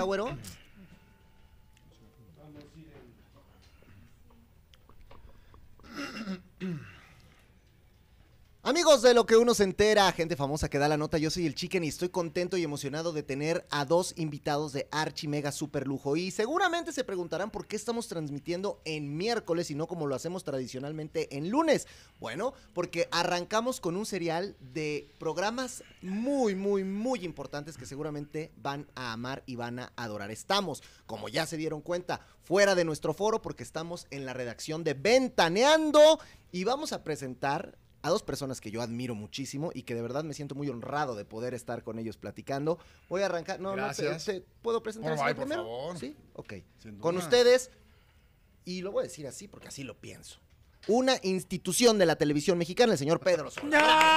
güero? Amigos de Lo que uno se entera, gente famosa que da la nota, yo soy el Chicken y estoy contento y emocionado de tener a dos invitados de archi mega super lujo. Y seguramente se preguntarán por qué estamos transmitiendo en miércoles y no como lo hacemos tradicionalmente en lunes. Bueno, porque arrancamos con un serial de programas muy importantes que seguramente van a amar y van a adorar. Estamos, como ya se dieron cuenta, fuera de nuestro foro porque estamos en la redacción de Ventaneando y vamos a presentar a dos personas que yo admiro muchísimo y que de verdad me siento muy honrado de poder estar con ellos platicando. Voy a arrancar. Gracias. ¿Puedo presentar por primero? favor. Sí, ok. Sin Con duda. ustedes, y lo voy a decir así porque así lo pienso. Una institución de la televisión mexicana, el señor Pedro Sola.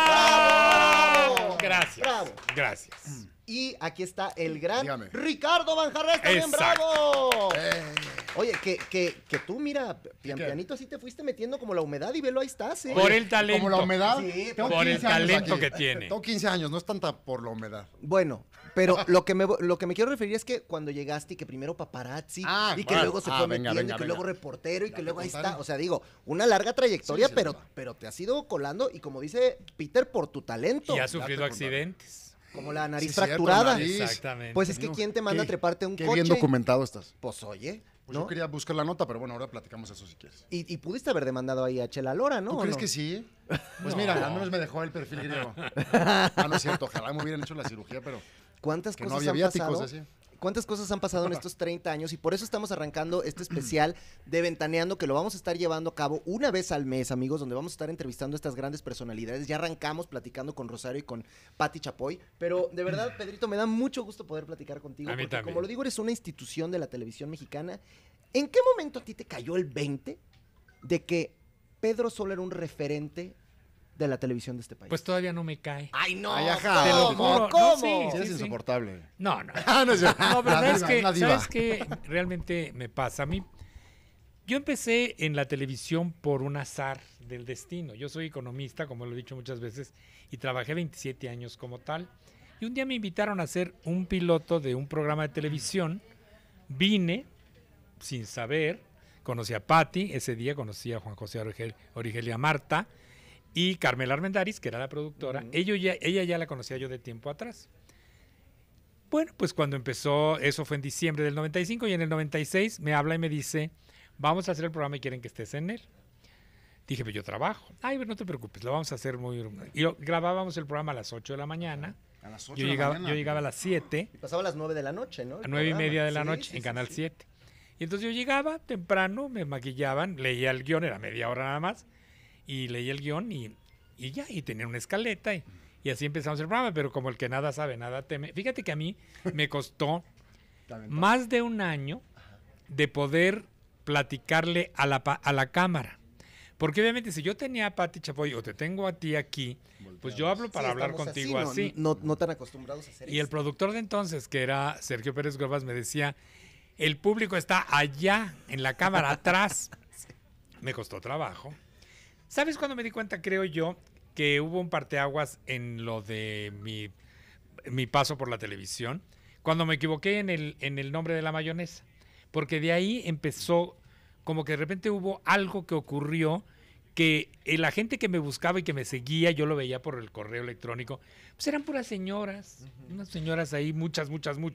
¡No! Gracias. Bravo. Gracias. Y aquí está el gran Dígame. Ricardo Manjarres, también Exacto. bravo. Oye, que tú, mira, ¿Qué? pianito así te fuiste metiendo como la humedad y velo, ahí estás, ¿eh? Por el talento. Como la humedad. Sí, Tengo por el 15 años talento aquí. que tiene. Tengo 15 años, no es tanta por la humedad. Bueno, pero lo que me quiero referir es que cuando llegaste y que primero paparazzi y que bueno. luego se fue Venga, metiendo venga, y que venga. luego reportero y Ya que te luego ahí contaré. está. O sea, digo, una larga trayectoria, Sí, sin pero, duda. pero te has ido colando y como dice Peter, por tu talento. Y ha Ya sufrido te contaré. accidentes. Como la nariz Sí, cierto, fracturada. nariz. Exactamente. Pues es que No, ¿quién te manda a qué- treparte a un Qué coche? bien documentado estás. Pues oye, Pues ¿no? yo quería buscar la nota, pero bueno, ahora platicamos eso si quieres. Y pudiste haber demandado ahí a Chela Lora, ¿no? ¿Tú ¿O crees no? que sí? Pues mira, al menos me dejó el perfil griego. Ah, no es cierto, ojalá me hubieran hecho la cirugía, pero ¿Cuántas que no cosas había han viáticos pasado? así. ¿Cuántas cosas han pasado en estos 30 años? Y por eso estamos arrancando este especial de Ventaneando, que lo vamos a estar llevando a cabo una vez al mes, amigos, donde vamos a estar entrevistando a estas grandes personalidades. Ya arrancamos platicando con Rosario y con Pati Chapoy. Pero de verdad, Pedrito, me da mucho gusto poder platicar contigo. A mí Porque también. como lo digo, eres una institución de la televisión mexicana. ¿En qué momento a ti te cayó el 20 de que Pedro Sola era un referente de la televisión de este país? Pues todavía no me cae. ¡Ay, no! Ay, ajá. Te lo ¿Cómo? juro. ¿Cómo? No, sí, Sí, eres sí. insoportable. No, no. Ah, no es cierto. No, pero Una ¿sabes diva, qué? una diva. ¿Sabes qué realmente me pasa? A mí, yo empecé en la televisión por un azar del destino. Yo soy economista, como lo he dicho muchas veces, y trabajé 27 años como tal. Y un día me invitaron a hacer un piloto de un programa de televisión. Vine sin saber, conocí a Pati, ese día conocí a Juan José Origelia Marta y Carmela Armendáriz, que era la productora. Ella ya la conocía yo de tiempo atrás. Bueno, pues cuando empezó, eso fue en diciembre del 95 y en el 96 me habla y me dice, vamos a hacer el programa y quieren que estés en él. Dije, pues yo trabajo. Ay, no te preocupes, lo vamos a hacer muy... Y grabábamos el programa a las 8 de la mañana. A las 8 Yo de la llegaba, mañana. yo llegaba a las 7, Y pasaba a las 9 de la noche, ¿no? a 9:30 de la Sí, noche sí, en sí, Canal sí. 7. Y entonces yo llegaba temprano, me maquillaban, leía el guión, era media hora nada más, y leía el guión y ya, y tenía una escaleta y así empezamos el programa, pero como el que nada sabe, nada teme. Fíjate que a mí me costó más de un año de poder platicarle a la cámara. Porque obviamente si yo tenía a Pati Chapoy o te tengo a ti aquí, pues yo hablo para Sí, hablar estamos contigo ¿no? así. No tan acostumbrados a hacer Y el eso. productor de entonces, que era Sergio Pérez Gobas, me decía, el público está allá, en la cámara, atrás. Me costó trabajo. ¿Sabes cuándo me di cuenta, creo yo, que hubo un parteaguas en lo de mi paso por la televisión? Cuando me equivoqué en el nombre de la mayonesa. Porque de ahí empezó, como que de repente hubo algo que ocurrió que la gente que me buscaba y que me seguía, yo lo veía por el correo electrónico, pues eran puras señoras, unas señoras ahí, muchas.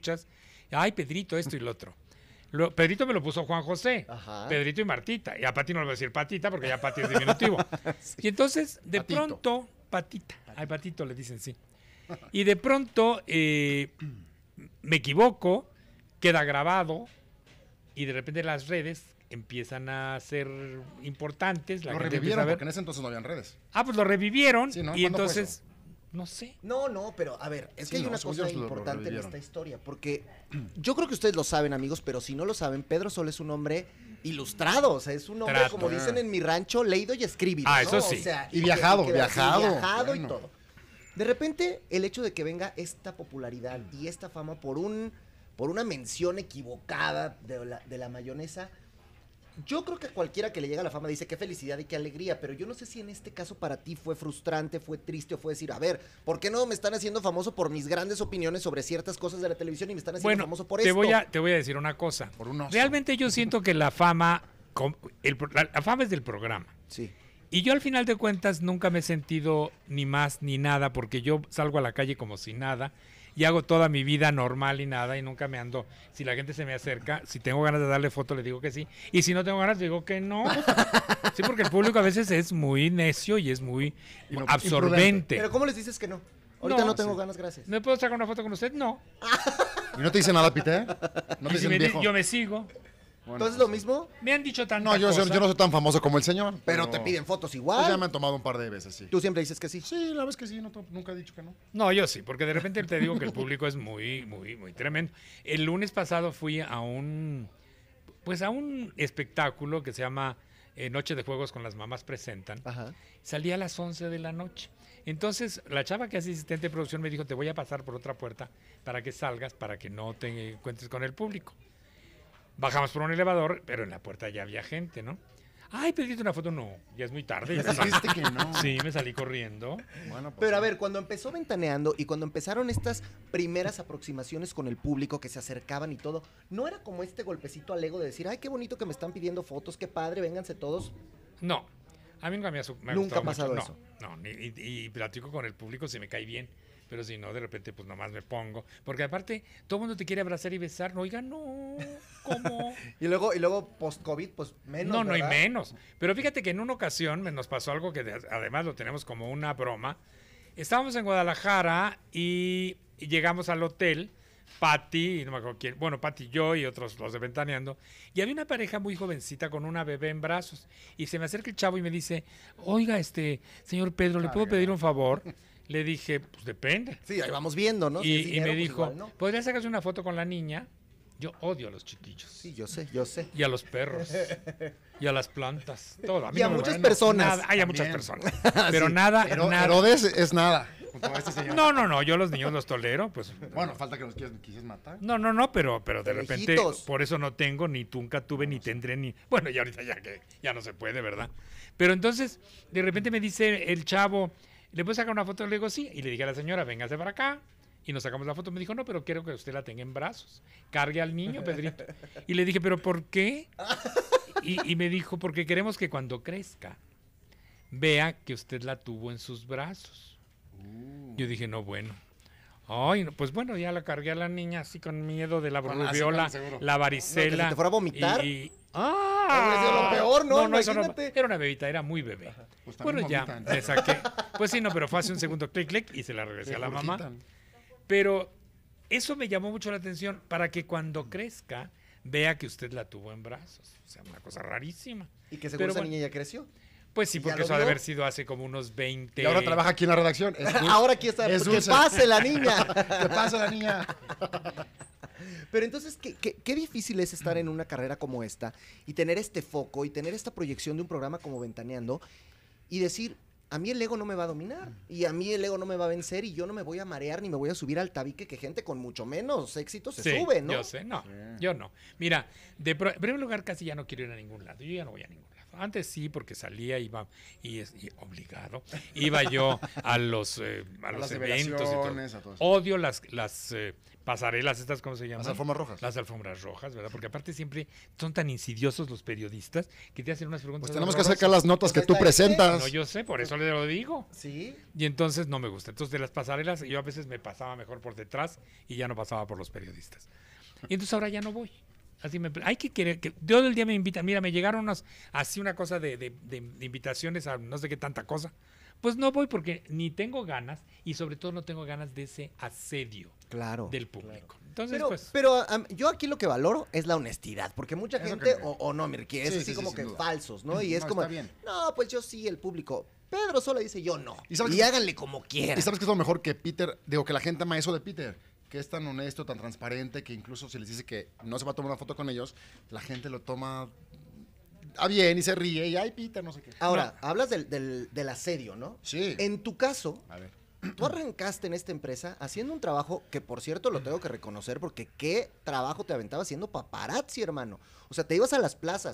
Ay, Pedrito, esto y lo otro. Pedrito me lo puso Juan José, Ajá. Pedrito y Martita. Y a Pati no le voy a decir Patita porque ya Pati es diminutivo. Y entonces, de Patito. pronto, Patita, ay, Patito le dicen sí. Y de pronto me equivoco, queda grabado y de repente las redes empiezan a ser importantes. La Lo gente empieza a revivieron ver. porque en ese entonces no habían redes. Ah, pues lo revivieron Sí, ¿no? y ¿Cuándo fue entonces, no sé. No, pero a ver, es Sí, que hay no, una según cosa yo lo importante en revivieron. esta historia, porque yo creo que ustedes lo saben, amigos, pero si no lo saben, Pedro Sol es un hombre ilustrado, o sea, es un hombre, Trato. como dicen en mi rancho, leído y escribido. Ah, ¿no? eso sí. O sea, Y viajado, y viajado. viajado y Bueno. todo. De repente, el hecho de que venga esta popularidad y esta fama por una mención equivocada de la mayonesa, Yo creo que cualquiera que le llega a la fama dice qué felicidad y qué alegría, pero yo no sé si en este caso para ti fue frustrante, fue triste o fue decir, a ver, ¿por qué no me están haciendo famoso por mis grandes opiniones sobre ciertas cosas de la televisión y me están haciendo famoso por esto? Te voy a decir una cosa. Por un oso. Realmente yo siento que la fama, la fama es del programa. Sí. Y yo al final de cuentas nunca me he sentido ni más ni nada, porque yo salgo a la calle como si nada y hago toda mi vida normal y nada y nunca me ando. Si la gente se me acerca, si tengo ganas de darle foto le digo que sí y si no tengo ganas digo que no. Sí, porque el público a veces es muy necio y es muy absorbente. Pero ¿cómo les dices que no? Ahorita no tengo ganas, gracias. ¿Me puedo sacar una foto con usted? No. ¿Y no te dice nada, Peter? ¿No te Y si dicen viejo? yo me sigo. Bueno, Entonces lo mismo, Me han dicho tantas no, yo cosas. no soy tan famoso como el señor. pero te piden fotos Pues igual. ya me han tomado un par de veces, sí. Tú siempre dices que sí. Sí, la verdad es que sí, nunca he dicho que no. No, yo sí, porque de repente te digo que el público es muy, muy, muy tremendo. El lunes pasado fui a un espectáculo que se llama Noche de Juegos con las Mamás Presentan. Ajá. Salí a las 11 de la noche. Entonces, la chava que es asistente de producción me dijo, te voy a pasar por otra puerta para que salgas, para que no te encuentres con el público. Bajamos por un elevador, pero en la puerta ya había gente, ¿no? Ay, pediste una foto. No, ya es muy tarde. Ya me salí. Dijiste que no. Sí, me salí corriendo. Bueno, pues, Pero a ver, cuando empezó Ventaneando y cuando empezaron estas primeras aproximaciones con el público que se acercaban y todo, ¿no era como este golpecito al ego de decir, ay, qué bonito que me están pidiendo fotos, qué padre, vénganse todos? No, a mí nunca me ha Nunca gustado ha pasado mucho. eso. No, y platico con el público si me cae bien. Pero si no, de repente, pues nomás me pongo. Porque aparte, todo el mundo te quiere abrazar y besar. No, oiga, no. ¿Cómo? Y luego post-COVID, pues menos, No, no, y ¿verdad? menos. Pero fíjate que en una ocasión nos pasó algo que además lo tenemos como una broma. Estábamos en Guadalajara y llegamos al hotel. Pati, no me acuerdo quién, bueno, Pati, yo y otros, los de Ventaneando, y había una pareja muy jovencita con una bebé en brazos, y se me acerca el chavo y me dice, oiga, señor Pedro, ¿le puedo pedir un favor? Le dije, pues depende. Sí, ahí vamos viendo, ¿no? Si es Y dinero, me pues dijo, igual, ¿no? ¿podría sacarse una foto con la niña? Yo odio a los chiquillos. Sí, yo sé. Y a los perros. Y a las plantas. Todo. Y a mí no me- muchas personas. Hay a muchas También. personas. Pero nada, nada. Herodes es nada. Junto a este señor. No, yo los niños los tolero, pues. Bueno, falta que los quisieras matar. No, pero de De repente, lejitos. por eso no tengo, ni nunca tuve, ni tendré, ni. Bueno, y ahorita ya no se puede, ¿verdad? Pero entonces, de repente me dice el chavo, ¿le puedo sacar una foto? Le digo, sí. Y le dije a la señora, véngase para acá. Y nos sacamos la foto. Me dijo, no, pero quiero que usted la tenga en brazos. Cargue al niño, Pedrito. Y le dije, ¿pero por qué? Y me dijo, porque queremos que cuando crezca, vea que usted la tuvo en sus brazos. Yo dije, no, bueno. Ay, no, pues bueno, ya la cargué a la niña así con miedo de la Con así, rubiola, con seguro. la varicela. No, que se te fuera a vomitar. ¡Ah! Hubiera sido lo peor, ¿no? eso Imagínate. Era una bebita, era muy bebé. Pues también Bueno, ya, vomitan. me saqué. Pues sí, no, pero fue hace un segundo, clic, clic, y se la regresé a la mamá. Pero eso me llamó mucho la atención para que cuando crezca vea que usted la tuvo en brazos. O sea, una cosa rarísima. Y que seguro Pero esa bueno, niña ya creció. Pues sí, ¿Ya porque lo eso ha de vio? haber sido hace como unos 20. Y ahora trabaja aquí en la redacción. Ahora aquí está. Es Que dulce. pase la niña. ¿Qué pasa, la niña? Pero entonces, qué difícil es estar en una carrera como esta y tener este foco y tener esta proyección de un programa como Ventaneando y decir, a mí el ego no me va a dominar y a mí el ego no me va a vencer y yo no me voy a marear ni me voy a subir al tabique que gente con mucho menos éxito se Sí, sube, ¿no? Yo sé, no, Sí. yo no. Mira, en primer lugar casi ya no quiero ir a ningún lado. Yo ya no voy a ningún lado. Antes sí, porque salía, iba, y obligado, iba yo a los las eventos y todo. develaciones, a todo eso. Odio las pasarelas, estas, ¿cómo se llaman? Las alfombras rojas. Las alfombras rojas, ¿verdad? Porque aparte siempre son tan insidiosos los periodistas que te hacen unas preguntas. Pues tenemos que horrorosas. sacar las notas que Pues tú ahí está, presentas. No, yo sé, por eso le lo digo. Sí. Y entonces no me gusta. Entonces de las pasarelas yo a veces me pasaba mejor por detrás y ya no pasaba por los periodistas. Y entonces ahora ya no voy. Así hay que querer que todo el día me invitan. Mira, me llegaron así una cosa de invitaciones a no sé qué tanta cosa. Pues no voy porque ni tengo ganas y sobre todo no tengo ganas de ese asedio Claro. del público. Entonces, pues Pero yo aquí lo que valoro es la honestidad, porque mucha Eso gente, que- o no, Mirki, es Sí, así sí, sí, como sin que duda. falsos, ¿no? Y es No, como, está bien. no, pues yo sí, el público. Pedro solo dice yo no. ¿Y sabes Y qué? háganle como quieran. ¿Y sabes qué es lo mejor? Que Peter, digo, que la gente ama eso de Peter, que es tan honesto, tan transparente, que incluso si les dice que no se va a tomar una foto con ellos, la gente lo toma a bien y se ríe y, ay, Peter, no sé qué. Ahora, hablas del asedio, ¿no? Sí. En tu caso, A ver. tú arrancaste en esta empresa haciendo un trabajo que, por cierto, lo tengo que reconocer porque qué trabajo te aventaba haciendo paparazzi, hermano. O sea, te ibas a las plazas,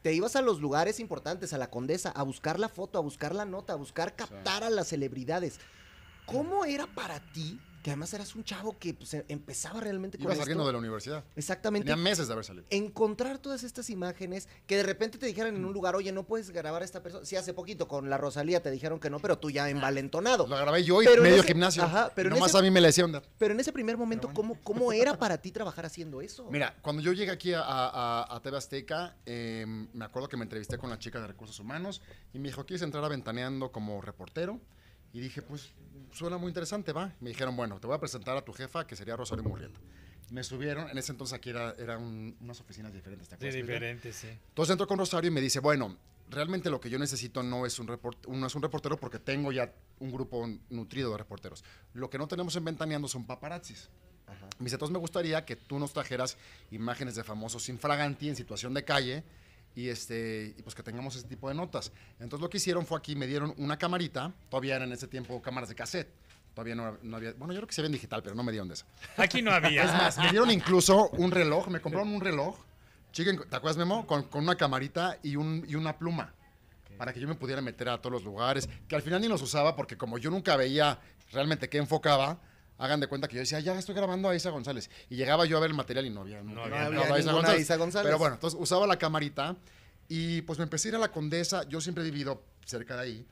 te ibas a los lugares importantes, a la Condesa, a buscar la foto, a buscar la nota, a buscar captar a las celebridades. ¿Cómo era para ti? Que además eras un chavo que pues, empezaba realmente con Iba esto. saliendo de la universidad. Exactamente. Tenía meses de haber salido. Encontrar todas estas imágenes que de repente te dijeran en un lugar, oye, no puedes grabar a esta persona. Sí, hace poquito con la Rosalía te dijeron que no, pero tú ya envalentonado. Lo grabé yo y Pero en medio ese- gimnasio. ajá, pero en Nomás ese- a mí me le decía onda. Pero en ese primer momento, ¿cómo era para ti trabajar haciendo eso? Mira, cuando yo llegué aquí a TV Azteca, me acuerdo que me entrevisté con la chica de Recursos Humanos y me dijo, ¿quieres entrar a Ventaneando como reportero? Y dije, pues, suena muy interesante, va. Me dijeron, bueno, te voy a presentar a tu jefa, que sería Rosario Murrieta. Me subieron, en ese entonces aquí eran unas oficinas diferentes. ¿te Sí, acuerdas, Peter? diferente, sí. Entonces entro con Rosario y me dice, bueno, realmente lo que yo necesito no es un reportero porque tengo ya un grupo nutrido de reporteros. Lo que no tenemos en Ventaneando son paparazzis. Ajá. Me dice, entonces me gustaría que tú nos trajeras imágenes de famosos infraganti en situación de calle y pues que tengamos ese tipo de notas. Entonces lo que hicieron fue aquí, me dieron una camarita, todavía eran en ese tiempo cámaras de cassette, todavía no había, bueno, yo creo que se ve en digital, pero no me dieron de eso. Aquí no había. Es más, me dieron incluso un reloj, me compraron un reloj, chica, ¿te acuerdas, Memo? Con una camarita y una pluma, para que yo me pudiera meter a todos los lugares, que al final ni los usaba porque como yo nunca veía realmente qué enfocaba. Hagan de cuenta que yo decía, ya estoy grabando a Isa González. Y llegaba yo a ver el material y no había había nada de ninguna Isa González. Pero bueno, entonces usaba la camarita y pues me empecé a ir a la Condesa. Yo siempre he vivido cerca de ahí.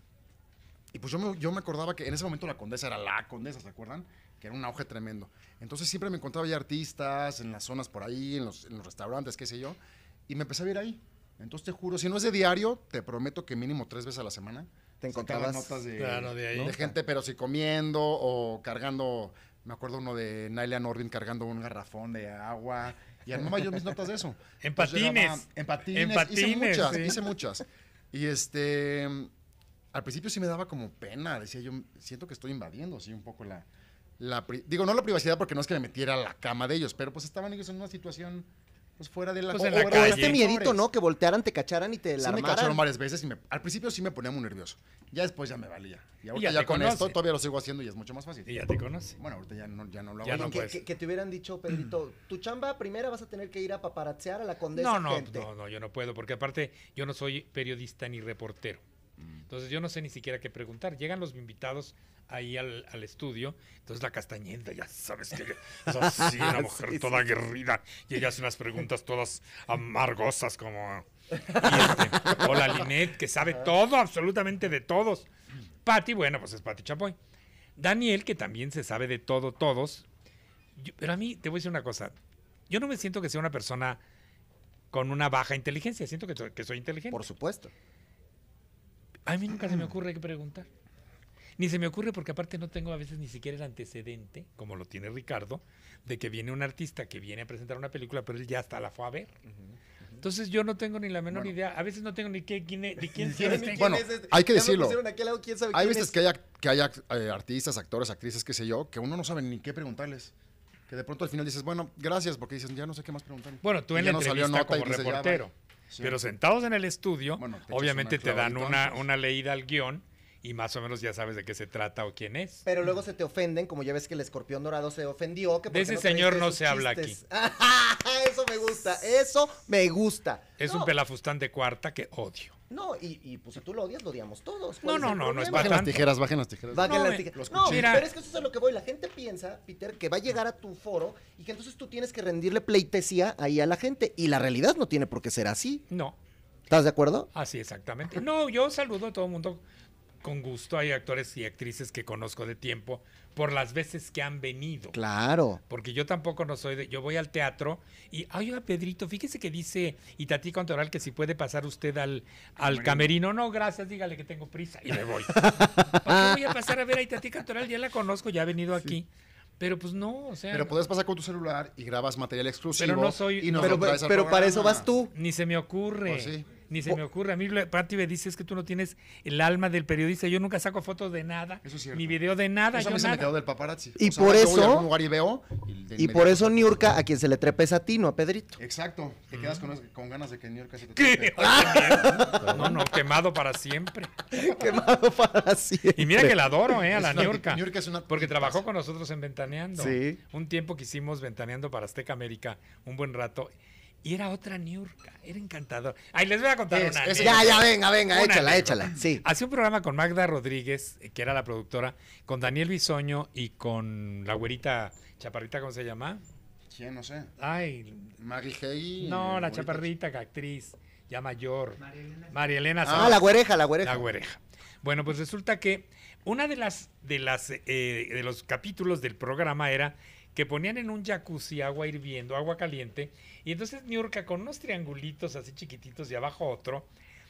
Y pues yo me acordaba que en ese momento la Condesa era la Condesa, ¿se acuerdan? Que era un auge tremendo. Entonces siempre me encontraba ya artistas en las zonas por ahí, en los restaurantes, qué sé yo. Y me empecé a ir ahí. Entonces te juro, si no es de diario, te prometo que mínimo 3 veces a la semana Te sacaba encontrabas. notas de, Claro, de ahí. de gente, pero sí comiendo o cargando. Me acuerdo uno de Nailia Nordin cargando un garrafón de agua. Y armaba yo mis notas de eso. En Entonces, patines. en patines. En patines, sí. Hice muchas. Y al principio sí me daba como pena. Decía yo, siento que estoy invadiendo así un poco digo, no la privacidad porque no es que me metiera a la cama de ellos, pero pues estaban ellos en una situación pues fuera de la... Pues en la O calle. este miedito, ¿no? Que voltearan, te cacharan y te la Sí me armaran. cacharon varias veces y al principio sí me ponía muy nervioso. Ya después ya me valía. Y ahorita ya ya te con conoce. esto todavía lo sigo haciendo y es mucho más fácil. Y ya te conoce. Bueno, ahorita ya no lo hago. Ya yo. no Que, puedes. que te hubieran dicho, Pedrito, tu chamba primera vas a tener que ir a paparazzear a la Condesa. gente. No, yo no puedo, porque aparte yo no soy periodista ni reportero. Entonces yo no sé ni siquiera qué preguntar. Llegan los invitados ahí al estudio, entonces la Castañeda, ya sabes que es así, una mujer Sí, toda aguerrida, y ella hace unas preguntas todas amargosas como... o la Linet, que sabe todo, absolutamente de todos. Pati, bueno, pues es Pati Chapoy. Daniel, que también se sabe de todo, todos. Pero a mí, te voy a decir una cosa, yo no me siento que sea una persona con una baja inteligencia, siento que soy inteligente. Por supuesto. A mí nunca se me ocurre qué preguntar. Ni se me ocurre porque aparte no tengo a veces ni siquiera el antecedente, como lo tiene Ricardo, de que viene un artista que viene a presentar una película, pero él ya hasta la fue a ver. Entonces yo no tengo ni la menor idea. A veces no tengo ni quién sea este. Bueno, hay que decirlo. Hay Hay veces que haya artistas, actores, actrices, qué sé yo, que uno no sabe ni qué preguntarles. Que de pronto al final dices, bueno, gracias, porque dices, ya no sé qué más preguntar. Bueno, tú Y en ya la no salió entrevista nota y como dices, ya, reportero. bye. Sí. Pero sentados en el estudio, Bueno, te echas obviamente una te dan clavadita antes. una leída al guión y más o menos ya sabes de qué se trata o quién es. Pero luego se te ofenden, como ya ves que el escorpión dorado se ofendió. Que De porque ese te señor viste no sus se habla chistes. Eso me gusta, eso me gusta. Es No, un pelafustán de cuarta que odio. No, y pues si tú lo odias, lo odiamos todos. No, ¿Cuál no, es el no, no es problema? para Bajen las tanto. tijeras, bajen las tijeras. Bajen No, las me- tijeras. los No, cuchillos. pero es que eso es a lo que voy. La gente piensa, Peter, que va a llegar a tu foro y que entonces tú tienes que rendirle pleitesía ahí a la gente. Y la realidad no tiene por qué ser así. No, ¿Estás de acuerdo? así exactamente. No, yo saludo a todo el mundo con gusto. Hay actores y actrices que conozco de tiempo por las veces que han venido. Claro. Porque yo tampoco no soy de... Yo voy al teatro y... Ay, oiga, Pedrito, fíjese que dice Itatí Cantoral que si puede pasar usted al camerino. No, gracias, dígale que tengo prisa. Y me voy. ¿Por qué voy a pasar a ver a Itatí Cantoral? Ya la conozco, ya ha venido aquí. Pero pues no, o sea... Pero puedes pasar con tu celular y grabas material exclusivo. Pero no soy- y nos Pero, lo traes al pero para eso programa. vas tú. Ni se me ocurre. Pues sí. Ni se me ocurre. A mí Pati me dice es que tú no tienes el alma del periodista. Yo nunca saco fotos de nada. Eso es cierto. Ni video de nada. Eso a Yo mí se me nada. quedó del paparazzi. Y O sea, por yo voy a eso- algún lugar y veo. Y por eso Niurka, a quien se le trepa es a ti, no a Pedrito. Exacto. Te quedas con ganas de que Niurka se te ¿Qué? trepe. No, no, quemado para siempre. Quemado para siempre. Y mira que la adoro, a la Es una- Niurka. Niurka es una Porque tipaza. trabajó con nosotros en Ventaneando. Sí. Un tiempo que hicimos Ventaneando para Azteca América, un buen rato. Y era otra Niurka, era encantador. Ay, les voy a contar una anécdota. Ya, venga, Una anécdota. échala. Sí. Hacía un programa con Magda Rodríguez, que era la productora, con Daniel Bisoño y con la güerita chaparrita, ¿cómo se llama? ¿Quién? No sé. Ay, Maggie Hey. no, la ahorita. chaparrita, que actriz, ya mayor. María Elena. La güereja. La güereja. Bueno, pues resulta que una de los capítulos del programa era que ponían en un jacuzzi agua hirviendo, agua caliente, y entonces Niurka con unos triangulitos así chiquititos y abajo otro,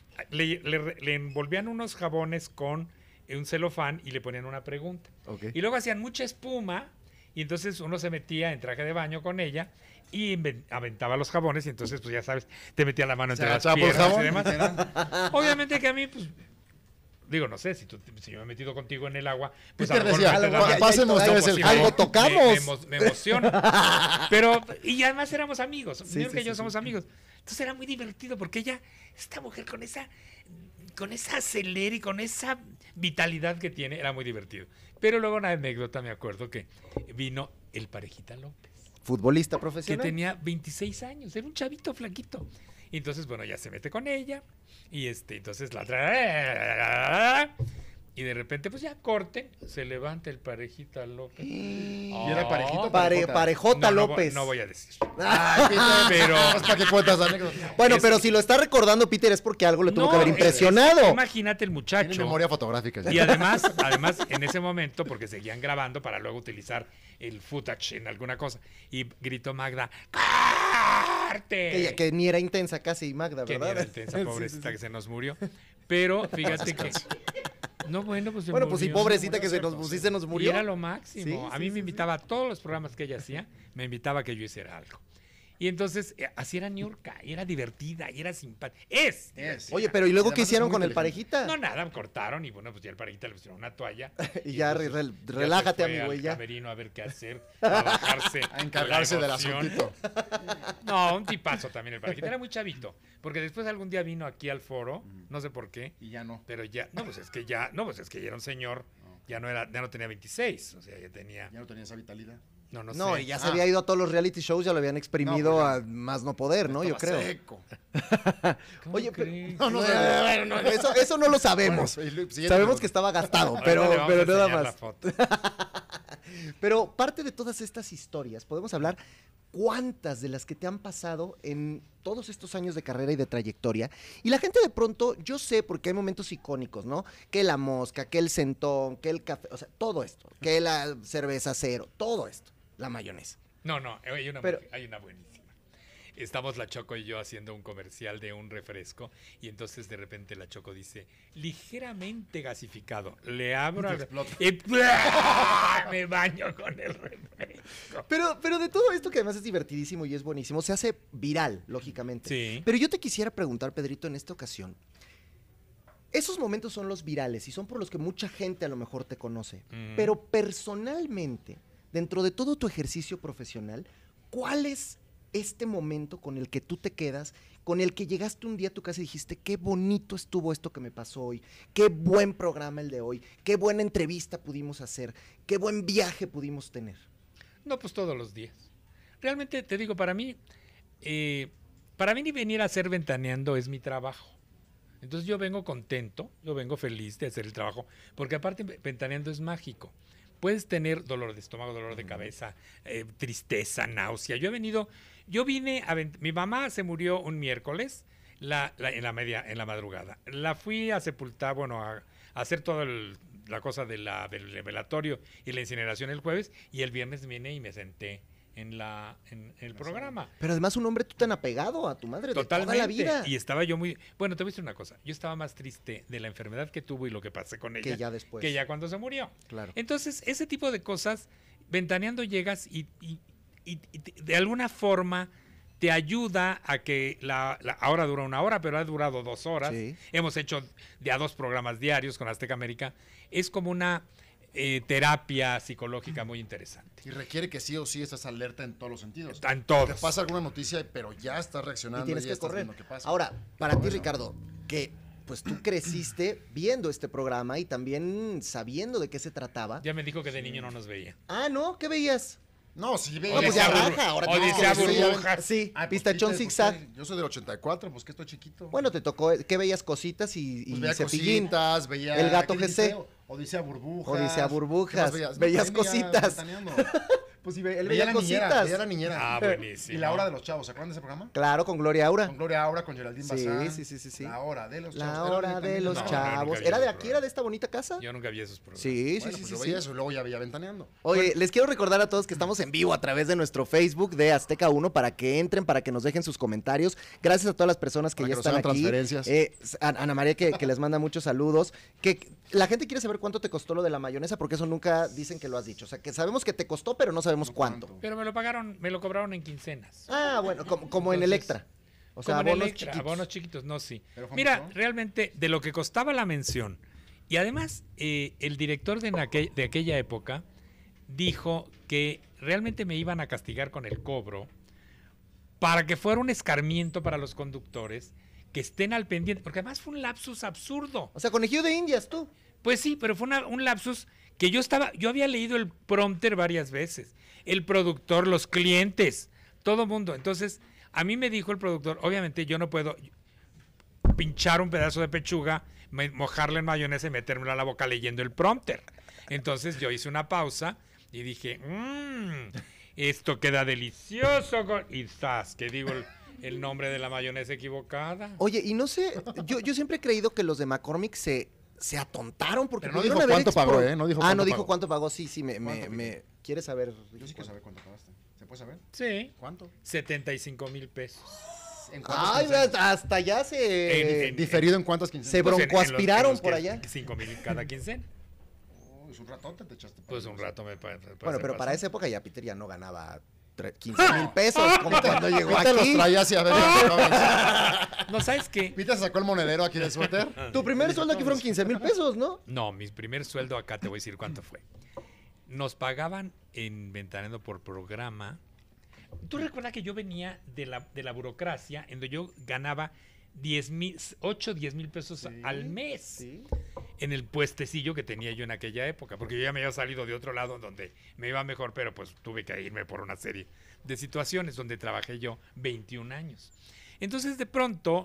le envolvían unos jabones con un celofán y le ponían una pregunta. Ok. Y luego hacían mucha espuma, y entonces uno se metía en traje de baño con ella y aventaba los jabones, y entonces, pues ya sabes, te metía la mano Se entre las agachaba por el piernas y jabón. demás. Obviamente que a mí, pues, digo, no sé, si yo me he metido contigo en el agua, pues Peter a lo mejor decía, me te da- pásenme ustedes el algo jabón. tocamos. Me emociona. Pero, y además éramos amigos. Sí, Niurka sí, y yo sí, somos amigos. Entonces era muy divertido porque esta mujer con esa acelere y con esa vitalidad que tiene, era muy divertido. Pero luego una anécdota, me acuerdo que vino el Parejita López, Futbolista que profesional. tenía 26 años, era un chavito flaquito. Y entonces, bueno, ya se mete con ella y entonces la trae. Y de repente, pues ya corten, se levanta el Parejita López. ¿Y era parejito o Parejota No, no voy- López. No voy a decir. Ay, Peter, Pero- es para que cuentas anécdotas. Bueno, Es- pero si lo está recordando Peter es porque algo le tuvo No, que haber impresionado. Imagínate el Tiene muchacho. memoria fotográfica. Y además, en ese momento, porque seguían grabando para luego utilizar el footage en alguna cosa, y gritó Magda, ¡Corte! Que ni era intensa casi Magda, Que ni ¿verdad? era intensa, Sí, pobrecita, sí, sí. que se nos murió. Pero fíjate que... No, bueno, pues se Bueno, pues sí, murió. pobrecita que se nos Y murió. era lo máximo. Sí, A sí, mí sí, me invitaba a todos los programas que ella hacía, me invitaba a que yo hiciera algo. Y entonces, así era Niurka, y era divertida, y era simpática. Es. divertida. Oye, pero ¿y luego Y qué además hicieron es muy con el inteligente. parejita? No, nada, cortaron y bueno, pues ya el parejita le pusieron una toalla. Y ya, entonces ya relájate, se fue amigo, al y ya. camerino a ver qué hacer, a bajarse. A encargarse del la emoción. asuntito. No, un tipazo también el parejita. Era muy chavito, porque después algún día vino aquí al foro, no sé por qué, Y ya no. pero ya, no, pues es que ya era un señor, ya no tenía 26, o sea, ya tenía, Ya no tenía esa vitalidad. no No, sé. y ya se había ido a todos los reality shows, ya lo habían exprimido No, pues ya. a más no poder, ¿no? Yo Estaba creo. seco. ¿Cómo Oye, crees? No, no sé. bueno, eso no lo sabemos. Bueno, siguiente Sabemos pregunta. que estaba gastado, Ahorita pero le vamos a nada enseñar la más. foto. Pero parte de todas estas historias, podemos hablar cuántas de las que te han pasado en todos estos años de carrera y de trayectoria. Y la gente de pronto, yo sé, porque hay momentos icónicos, ¿no? Que la mosca, que el centón, que el café, o sea, todo esto, que la cerveza cero, todo esto, la mayonesa. No, hay una, Pero- hay una buenísima. Estamos la Choco y yo haciendo un comercial de un refresco y entonces de repente la Choco dice, ligeramente gasificado. Le abro Te al- explota. y ¡plá! Me baño con el refresco. Pero de todo esto que además es divertidísimo y es buenísimo, se hace viral, lógicamente. Sí. Pero yo te quisiera preguntar, Pedrito, en esta ocasión, esos momentos son los virales y son por los que mucha gente a lo mejor te conoce. Mm. Pero personalmente, dentro de todo tu ejercicio profesional, ¿cuál es este momento con el que tú te quedas, con el que llegaste un día a tu casa y dijiste, qué bonito estuvo esto que me pasó hoy, qué buen programa el de hoy, qué buena entrevista pudimos hacer, qué buen viaje pudimos tener? No, pues todos los días. Realmente te digo, para mí ni venir a hacer Ventaneando es mi trabajo. Entonces yo vengo contento, yo vengo feliz de hacer el trabajo, porque aparte Ventaneando es mágico. Puedes tener dolor de estómago, dolor de cabeza, tristeza, náusea. Mi mamá se murió un miércoles en la madrugada. La fui a sepultar, a hacer toda la cosa del velatorio y la incineración el jueves, y el viernes vine y me senté en el programa. Pero además un hombre tú tan apegado a tu madre Totalmente. de toda la vida. Y estaba yo muy... Bueno, te voy a decir una cosa. Yo estaba más triste de la enfermedad que tuvo y lo que pasé con ella Que ya después. que ya cuando se murió. Claro. Entonces, ese tipo de cosas, Ventaneando llegas y de alguna forma te ayuda a que ahora dura 1 hora, pero ha durado 2 horas. Sí. Hemos hecho de a 2 programas diarios con Azteca América. Es como una terapia psicológica muy interesante. Y requiere que sí o sí estás alerta en todos los sentidos. Está en Te todos. pasa alguna noticia, pero ya estás reaccionando Y tienes ya que estás correr. viendo qué pasa. Ahora, para ti, Bueno. Ricardo, que pues tú creciste viendo este programa y también sabiendo de qué se trataba. Ya me dijo que de niño no nos veía. Ah, ¿no? ¿Qué veías? No, sí, ve. O pues ya decía baja, ahora o tienes decía que decir, burbujas. Sí, Ay, pues, pistachón Peter, zigzag. pues, yo soy del 84, pues que estoy chiquito. Bueno, te tocó, ¿qué veías? Cositas y pues veía Cepillín. cositas, veía... El gato ¿qué GC. dice? Odisea Burbujas. Odisea Burbujas. ¿Qué más Veías No, también cositas. ventaneando. Pues sí, él Veía veía la niñera, cositas. veía la niñera. Ah, buenísimo. Y La Hora de los Chavos, ¿se acuerdan de ese programa? Claro, con Gloria Aura. Con Gloria Aura, con Geraldine Sí, Bazán. sí. La Hora de los Chavos. La Era hora bonita, de los No, chavos. nunca vi ¿Era de ese aquí? programa. ¿Era de esta bonita casa? Yo nunca vi esos programas. Sí, Bueno, pues sí, yo sí. veía eso y luego ya veía Ventaneando. Oye, les quiero recordar a todos que estamos en vivo a través de nuestro Facebook de Azteca 1 para que entren, para que nos dejen sus comentarios. Gracias a todas las personas que Para ya que nos están hagan aquí. transferencias. Ana María que les manda muchos saludos. Que la gente quiere saber cuánto te costó lo de la mayonesa porque eso nunca dicen que lo has dicho. O sea, que sabemos que te costó, pero no sabemos No cuánto. cuánto. Pero me lo cobraron en quincenas. Ah, bueno, como en Entonces, Electra. O sea, como en abonos Electra, chiquitos. abonos chiquitos, no, sí. Pero fue Mira, mucho. realmente de lo que costaba la mención. Y además, el director de aquella época dijo que realmente me iban a castigar con el cobro para que fuera un escarmiento para los conductores que estén al pendiente, porque además fue un lapsus absurdo. O sea, conejillo de indias, tú. Pues sí, pero fue un lapsus que yo había leído el prompter varias veces, el productor, los clientes, todo mundo. Entonces, a mí me dijo el productor, obviamente yo no puedo pinchar un pedazo de pechuga, mojarle en mayonesa y metérmelo a la boca leyendo el prompter. Entonces yo hice una pausa y dije, esto queda delicioso. Y ¡zas! Que digo el nombre de la mayonesa equivocada. Oye, y no sé, yo siempre he creído que los de McCormick se atontaron porque Pero no pudieron dijo haber cuánto pagó, expro- ¿eh? No dijo Ah, cuánto no dijo pagó. cuánto pagó, sí, ¿Cuánto, me ¿quieres saber? Yo sí quiero saber cuánto pagaste. ¿Se puede saber? Sí, ¿Cuánto? 75,000 pesos. ¿En Ay, hasta allá se ¿Diferido en cuántas quincenas? Se broncoaspiraron por allá. 5,000 cada quincena. Es un ratote te echaste. Pues un rato me puede Bueno, pero para pasar. esa época ya Peter ya no ganaba 15,000 pesos como cuando llegó Peter los aquí. traía así a ver. No, ¿sabes qué? Peter sacó el monedero aquí del suéter. Tu primer sueldo aquí fueron 15,000 pesos, ¿no? No, mi primer sueldo acá te voy a decir cuánto fue. Nos pagaban en Ventaneando por programa. Tú recuerdas que yo venía de la burocracia, en donde yo ganaba 8, 10 mil pesos al mes Sí. en el puestecillo que tenía yo en aquella época, porque yo ya me había salido de otro lado donde me iba mejor, pero pues tuve que irme por una serie de situaciones donde trabajé yo 21 años. Entonces de pronto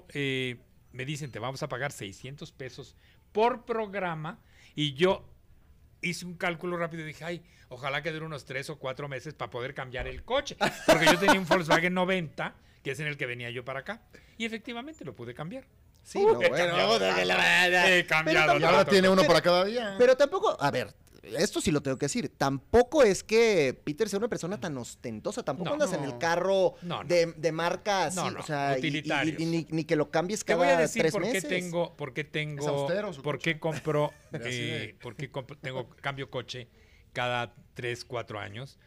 me dicen, te vamos a pagar 600 pesos por programa, y yo hice un cálculo rápido y dije, ay, ojalá que dure unos 3 o 4 meses para poder cambiar el coche. Porque yo tenía un Volkswagen 90, que es en el que venía yo para acá. Y efectivamente lo pude cambiar. Sí, no, He bueno, cambiado tanto. He cambiado Y ahora tanto. tiene uno Pero- para cada día. Pero tampoco, a ver, esto sí lo tengo que decir, tampoco es que Peter sea una persona tan ostentosa, tampoco No. andas en el carro No, no. de marca así, No, no, o sea, utilitarios. y ni que lo cambies Te voy a cada decir 3 por qué meses. Es austero su por coche. qué compro, Mira, así de- cambio coche cada 3, 4 años,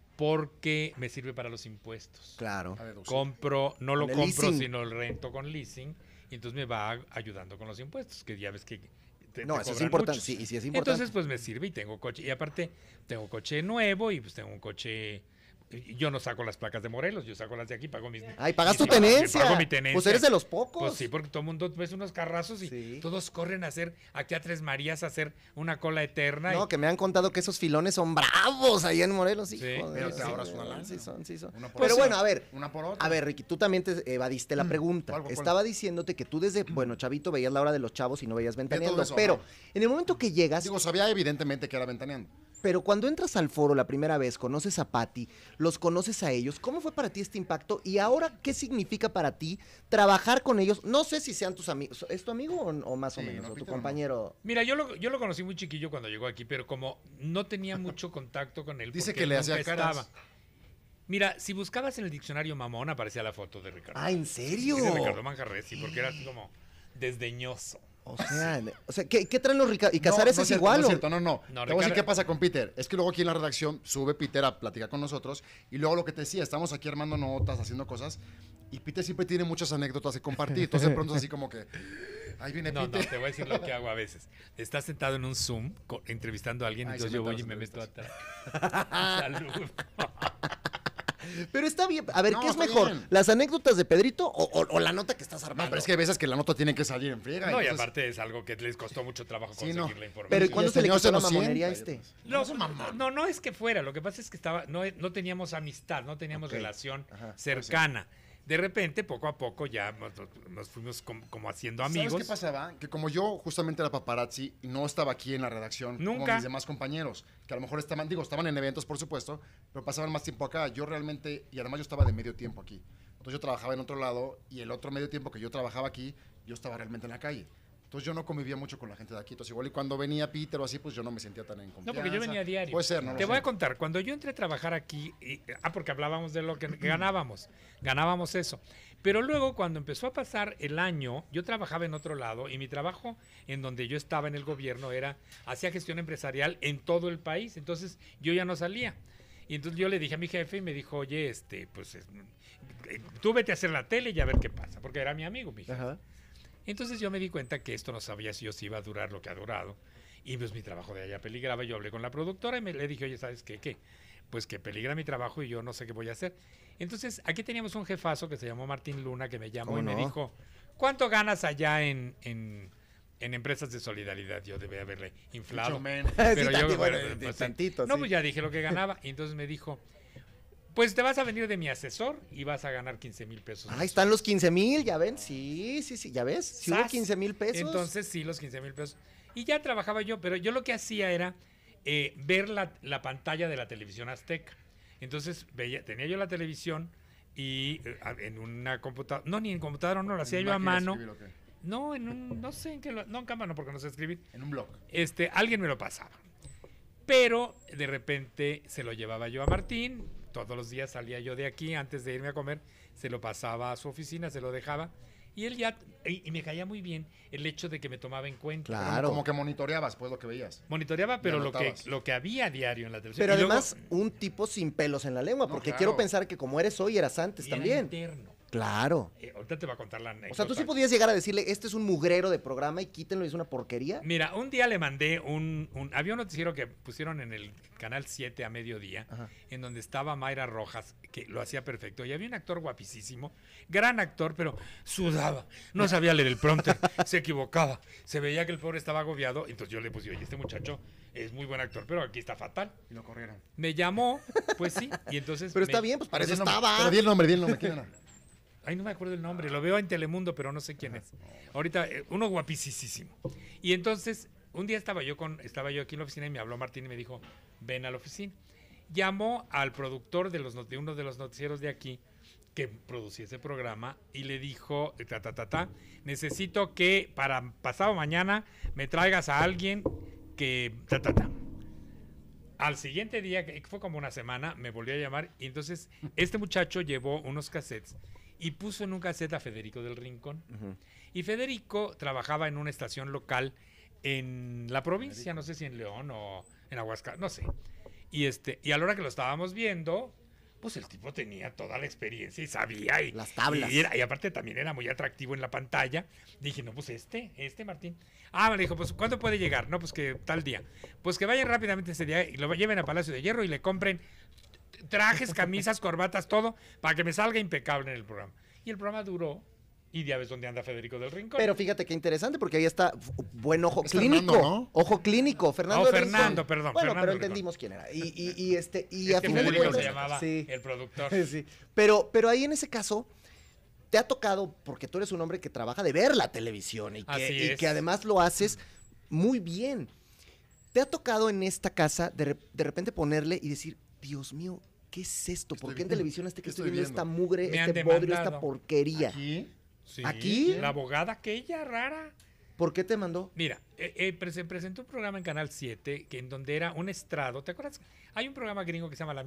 porque me sirve para los impuestos. Claro. A deducir. Compro, no lo Con el compro, leasing. sino lo rento con leasing, y entonces me va ayudando con los impuestos, que ya ves que No, te eso es cobran importante, muchos. sí, y sí es importante. Entonces, pues me sirve y tengo coche. Y aparte, tengo coche nuevo y pues tengo un coche. Yo no saco las placas de Morelos, yo saco las de aquí, pago mis. Ay, pagas mis- tu tenencia. Pago mi tenencia. Pues eres de los pocos. Pues sí, porque todo el mundo ves unos carrazos y Sí. todos corren a hacer aquí a Tres Marías a hacer una cola eterna. No, y- que me han contado que esos filones son bravos allá en Morelos, Sí, hijo de- pero te ahorras una lana. Sí son, sí son. Una por Pero otra. bueno, a ver, Una por otra. a ver, Ricky, tú también te evadiste la pregunta. ¿Cuál? Estaba diciéndote que tú desde, bueno, chavito, veías La Hora de los Chavos y no veías Ventaneando, eso, pero ajá. en el momento que llegas, Digo, sabía evidentemente que era Ventaneando. pero cuando entras al foro la primera vez, conoces a Patty, los conoces a ellos, ¿cómo fue para ti este impacto? Y ahora, ¿qué significa para ti trabajar con ellos? No sé si sean tus amigos, ¿es tu amigo o más o Sí, menos? no, ¿O tu Peter no. compañero? Mira, yo lo conocí muy chiquillo cuando llegó aquí, pero como no tenía mucho contacto con él. Dice porque que le nunca hacía caras. estaba. Mira, si buscabas en el diccionario mamón, aparecía la foto de Ricardo. Ah, ¿en serio? Sí, de Ricardo Manjarres, sí, porque era así como desdeñoso. O sea, ¿qué traen los Ricardo? ¿Y Casares no es cierto, igual? No, ¿o? es cierto, no. No, Te voy a decir Ricardo- qué pasa con Peter. Es que luego aquí en la redacción sube Peter a platicar con nosotros y luego lo que te decía, estamos aquí armando notas, haciendo cosas y Peter siempre tiene muchas anécdotas que compartir. Entonces de pronto es así como que, ahí viene No, no, Peter. te voy a decir lo que hago a veces. Estás sentado en un Zoom entrevistando a alguien, Ay, entonces se yo me voy y entran me las meto atrás. Salud. Pero está bien. A ver, No, ¿qué es está mejor? bien. ¿Las anécdotas de Pedrito o la nota que estás armando? No, pero es que hay veces que la nota tiene que salir en friega. No, y entonces- aparte es algo que les costó mucho trabajo Sí, conseguir no. la información. Pero ¿y Y cuándo el se le señor quitó se la lo siente. mamonería a este? No es que fuera, lo que pasa es que no teníamos amistad, no teníamos Ok. relación Ajá, cercana. De repente, poco a poco, ya nos fuimos como haciendo amigos. ¿Sabes qué pasaba? Que como yo justamente era paparazzi y no estaba aquí en la redacción como Nunca. mis demás compañeros, que a lo mejor estaban en eventos, por supuesto, pero pasaban más tiempo acá. Yo realmente, y además yo estaba de medio tiempo aquí. Entonces yo trabajaba en otro lado y el otro medio tiempo que yo trabajaba aquí, yo estaba realmente en la calle. Entonces yo no convivía mucho con la gente de aquí. Entonces igual y cuando venía Peter o así, pues yo no me sentía tan en No, confianza. porque yo venía a diario. Puede ser, no Te lo voy sé. a contar, cuando yo entré a trabajar aquí, porque hablábamos de lo que ganábamos eso. Pero luego, cuando empezó a pasar el año, yo trabajaba en otro lado y mi trabajo en donde yo estaba en el gobierno hacía gestión empresarial en todo el país. Entonces, yo ya no salía. Y entonces yo le dije a mi jefe y me dijo, oye, tú vete a hacer la tele y a ver qué pasa, porque era mi amigo, mi jefe. Ajá. Entonces yo me di cuenta que esto no sabía si iba a durar lo que ha durado. Y pues mi trabajo de allá peligraba. Yo hablé con la productora y le dije, oye, ¿sabes qué? ¿Qué? Pues que peligra mi trabajo y yo no sé qué voy a hacer. Entonces aquí teníamos un jefazo que se llamó Martín Luna, que me llamó ¿Cómo y me no? dijo, ¿cuánto ganas allá en empresas de solidaridad? Yo debía haberle inflado. Mucho menos. Pero Sí, yo, bueno, pues, tantito, no, sí. pues ya dije lo que ganaba. Y entonces me dijo, pues te vas a venir de mi asesor y vas a ganar 15,000 pesos. Ahí están los 15,000, ¿ya ven? Sí, ¿ya ves? Si hubo ¡Sas! 15,000 pesos. Entonces sí, los 15,000 pesos. Y ya trabajaba yo, pero yo lo que hacía era ver la pantalla de la televisión azteca. Entonces tenía yo la televisión y en una computadora, no, ni en computadora, no, lo hacía yo a ¿Máquina de mano. escribir o qué? No, no sé en qué, no en cámara, porque no sé escribir. En un blog. Alguien me lo pasaba. Pero de repente se lo llevaba yo a Martín, todos los días salía yo de aquí, antes de irme a comer, se lo pasaba a su oficina, se lo dejaba, y él ya, y me caía muy bien el hecho de que me tomaba en cuenta. Claro. Como que monitoreabas, pues, lo que veías. Monitoreaba, pero Ya lo notabas. que había a diario en la televisión. Pero Y luego- además, un tipo sin pelos en la lengua, No, porque claro. quiero pensar que como eres hoy, eras antes y era también. interno. Claro. Ahorita te voy a contar la anécdota. O sea, tú sí podías llegar a decirle, este es un mugrero de programa y quítenlo, es una porquería. Mira, un día le mandé había un noticiero que pusieron en el Canal 7 a mediodía, Ajá. en donde estaba Mayra Rojas, que lo hacía perfecto, y había un actor guapísimo, gran actor, pero sudaba, no sabía leer el prompter, se equivocaba, se veía que el pobre estaba agobiado, entonces yo le puse, oye, este muchacho es muy buen actor, pero aquí está fatal. Y lo corrieron. Me llamó, pues sí, y entonces... Pero está bien, pues para eso estaba. Pero di el nombre, ¿quién era? Ay, no me acuerdo el nombre, lo veo en Telemundo, pero no sé quién es. Ahorita, uno guapísimo. Y entonces, un día estaba yo aquí en la oficina y me habló Martín y me dijo, ven a la oficina. Llamó al productor de uno de los noticieros de aquí, que producía ese programa, y le dijo, necesito que para pasado mañana me traigas a alguien que... Al siguiente día, que fue como una semana, me volvió a llamar y entonces este muchacho llevó unos cassettes y puso en un cassette a Federico del Rincón. Ujú. Y Federico trabajaba en una estación local en la provincia, no sé si en León o en Aguascalientes, no sé. Y a la hora que lo estábamos viendo, pues el tipo tenía toda la experiencia y sabía. Y, Las tablas. Y aparte también era muy atractivo en la pantalla. Dije, no, pues Martín. Me dijo, pues ¿cuándo puede llegar? No, pues que tal día. Pues que vayan rápidamente ese día y lo lleven a Palacio de Hierro y le compren trajes, camisas, corbatas, todo, para que me salga impecable en el programa. Y el programa duró. Y ya ves dónde anda Federico del Rincón. Pero fíjate qué interesante, porque ahí está buen ojo Es clínico. Fernando, ¿no? Ojo clínico, Fernando. No, del Rincón. Fernando, perdón, Bueno, Fernando pero del entendimos quién era. Y Es a que final de Federico cuentas. se llamaba Sí. el productor. Sí. Pero ahí en ese caso, te ha tocado, porque tú eres un hombre que trabaja de ver la televisión y Así que, es. que además lo haces muy bien. ¿Te ha tocado en esta casa de repente ponerle y decir, Dios mío, ¿qué es esto? ¿Por qué en viendo? televisión que ¿Qué estoy estoy viendo esta mugre, Me han este bodrio, esta demandado. porquería? Aquí. Sí, ¿Aquí? La abogada aquella rara. ¿Por qué te mandó? Mira, se presentó un programa en Canal 7 en donde era un estrado. ¿Te acuerdas? Hay un programa gringo que se llama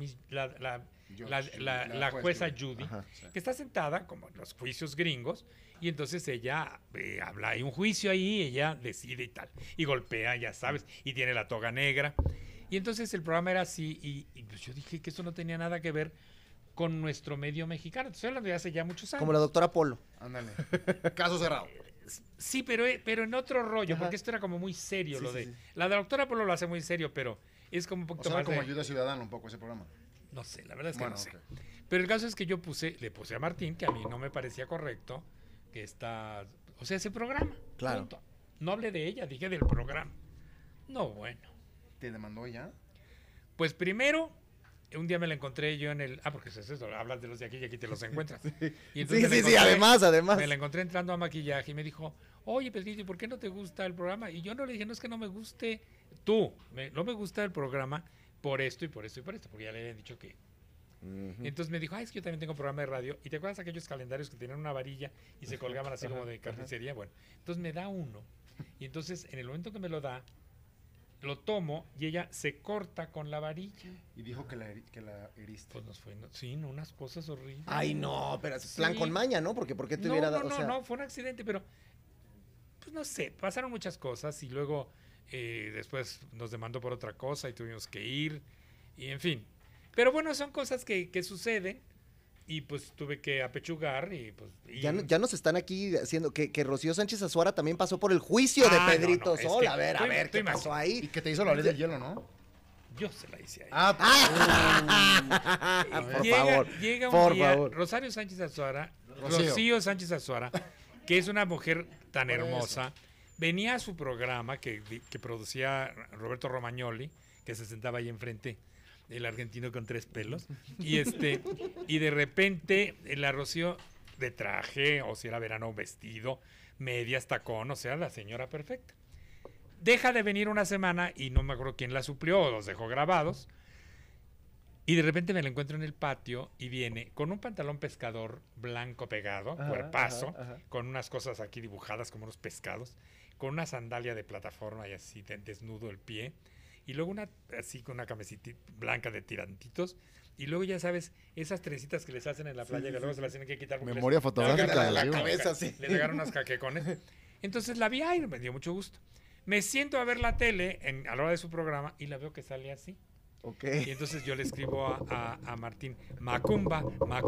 la jueza Judy, Ajá. que está sentada como en los juicios gringos, y entonces ella habla, hay un juicio ahí, ella decide y tal, y golpea, ya sabes, y tiene la toga negra. Y entonces el programa era así, y pues yo dije que eso no tenía nada que ver con nuestro medio mexicano. Estoy hablando de hace ya muchos años. Como la doctora Polo. Ándale. Caso cerrado. Sí, pero en otro rollo, Ajá. porque esto era como muy serio. Sí, lo sí, de sí. La doctora Polo lo hace muy serio, pero es como un O poquito sea, más como de... ayuda ciudadana un poco ese programa. No sé, la verdad es que Bueno, no sé. ok. Pero el caso es que le puse a Martín, que a mí no me parecía correcto, que o sea, ese programa. Claro. Punto. No hablé de ella, dije del programa. No, bueno. ¿Te demandó ya? Pues primero, un día me la encontré yo en el... porque es eso, hablas de los de aquí y aquí te los encuentras. Y entonces Sí, además. Me la encontré entrando a maquillaje y me dijo, oye, Pedrito, ¿y por qué no te gusta el programa? Y yo no le dije, no es que no me guste no me gusta el programa por esto y por esto y por esto, porque ya le habían dicho que... Entonces me dijo, es que yo también tengo programa de radio. ¿Y te acuerdas aquellos calendarios que tenían una varilla y se colgaban así como de carnicería? Bueno, entonces me da uno. Y entonces en el momento que me lo da, lo tomo y ella se corta con la varilla. Y dijo que la heriste. Pues sí, unas cosas horribles. Ay, no, pero es Sí. plan con maña, ¿no? Porque ¿por qué te hubiera dado? No, fue un accidente, pero pues no sé, pasaron muchas cosas y luego después nos demandó por otra cosa y tuvimos que ir y en fin. Pero bueno, son cosas que suceden y pues tuve que apechugar y pues... Ya nos están aquí haciendo que Rocío Sánchez Azuara también pasó por el juicio de Pedrito es Sol. que A ver, ¿qué pasó Y ahí? que te hizo la ley del hielo, ¿no? Yo se la hice a ella. Por favor, Llega un por día favor. Rosario Sánchez Azuara, Rocío. Rocío Sánchez Azuara, que es una mujer tan hermosa, venía a su programa que producía Roberto Romagnoli, que se sentaba ahí enfrente, el argentino con 3 pelos, y de repente la Rocío de traje, o si era verano vestido, medias, tacón, o sea, la señora perfecta. Deja de venir una semana y no me acuerdo quién la suplió o los dejó grabados. Y de repente me la encuentro en el patio y viene con un pantalón pescador blanco pegado, cuerpazo, con unas cosas aquí dibujadas como unos pescados, con una sandalia de plataforma y así desnudo el pie, y luego así con una camiseta blanca de tirantitos, y luego ya sabes, esas trencitas que les hacen en la playa que luego se las tienen que quitar. porque Memoria fotográfica de la libro. cabeza, sí. les agarran unas caquecones. Entonces la vi y me dio mucho gusto. Me siento a ver la tele a la hora de su programa y la veo que sale así. Ok. Y entonces yo le escribo a Martín, Macumba.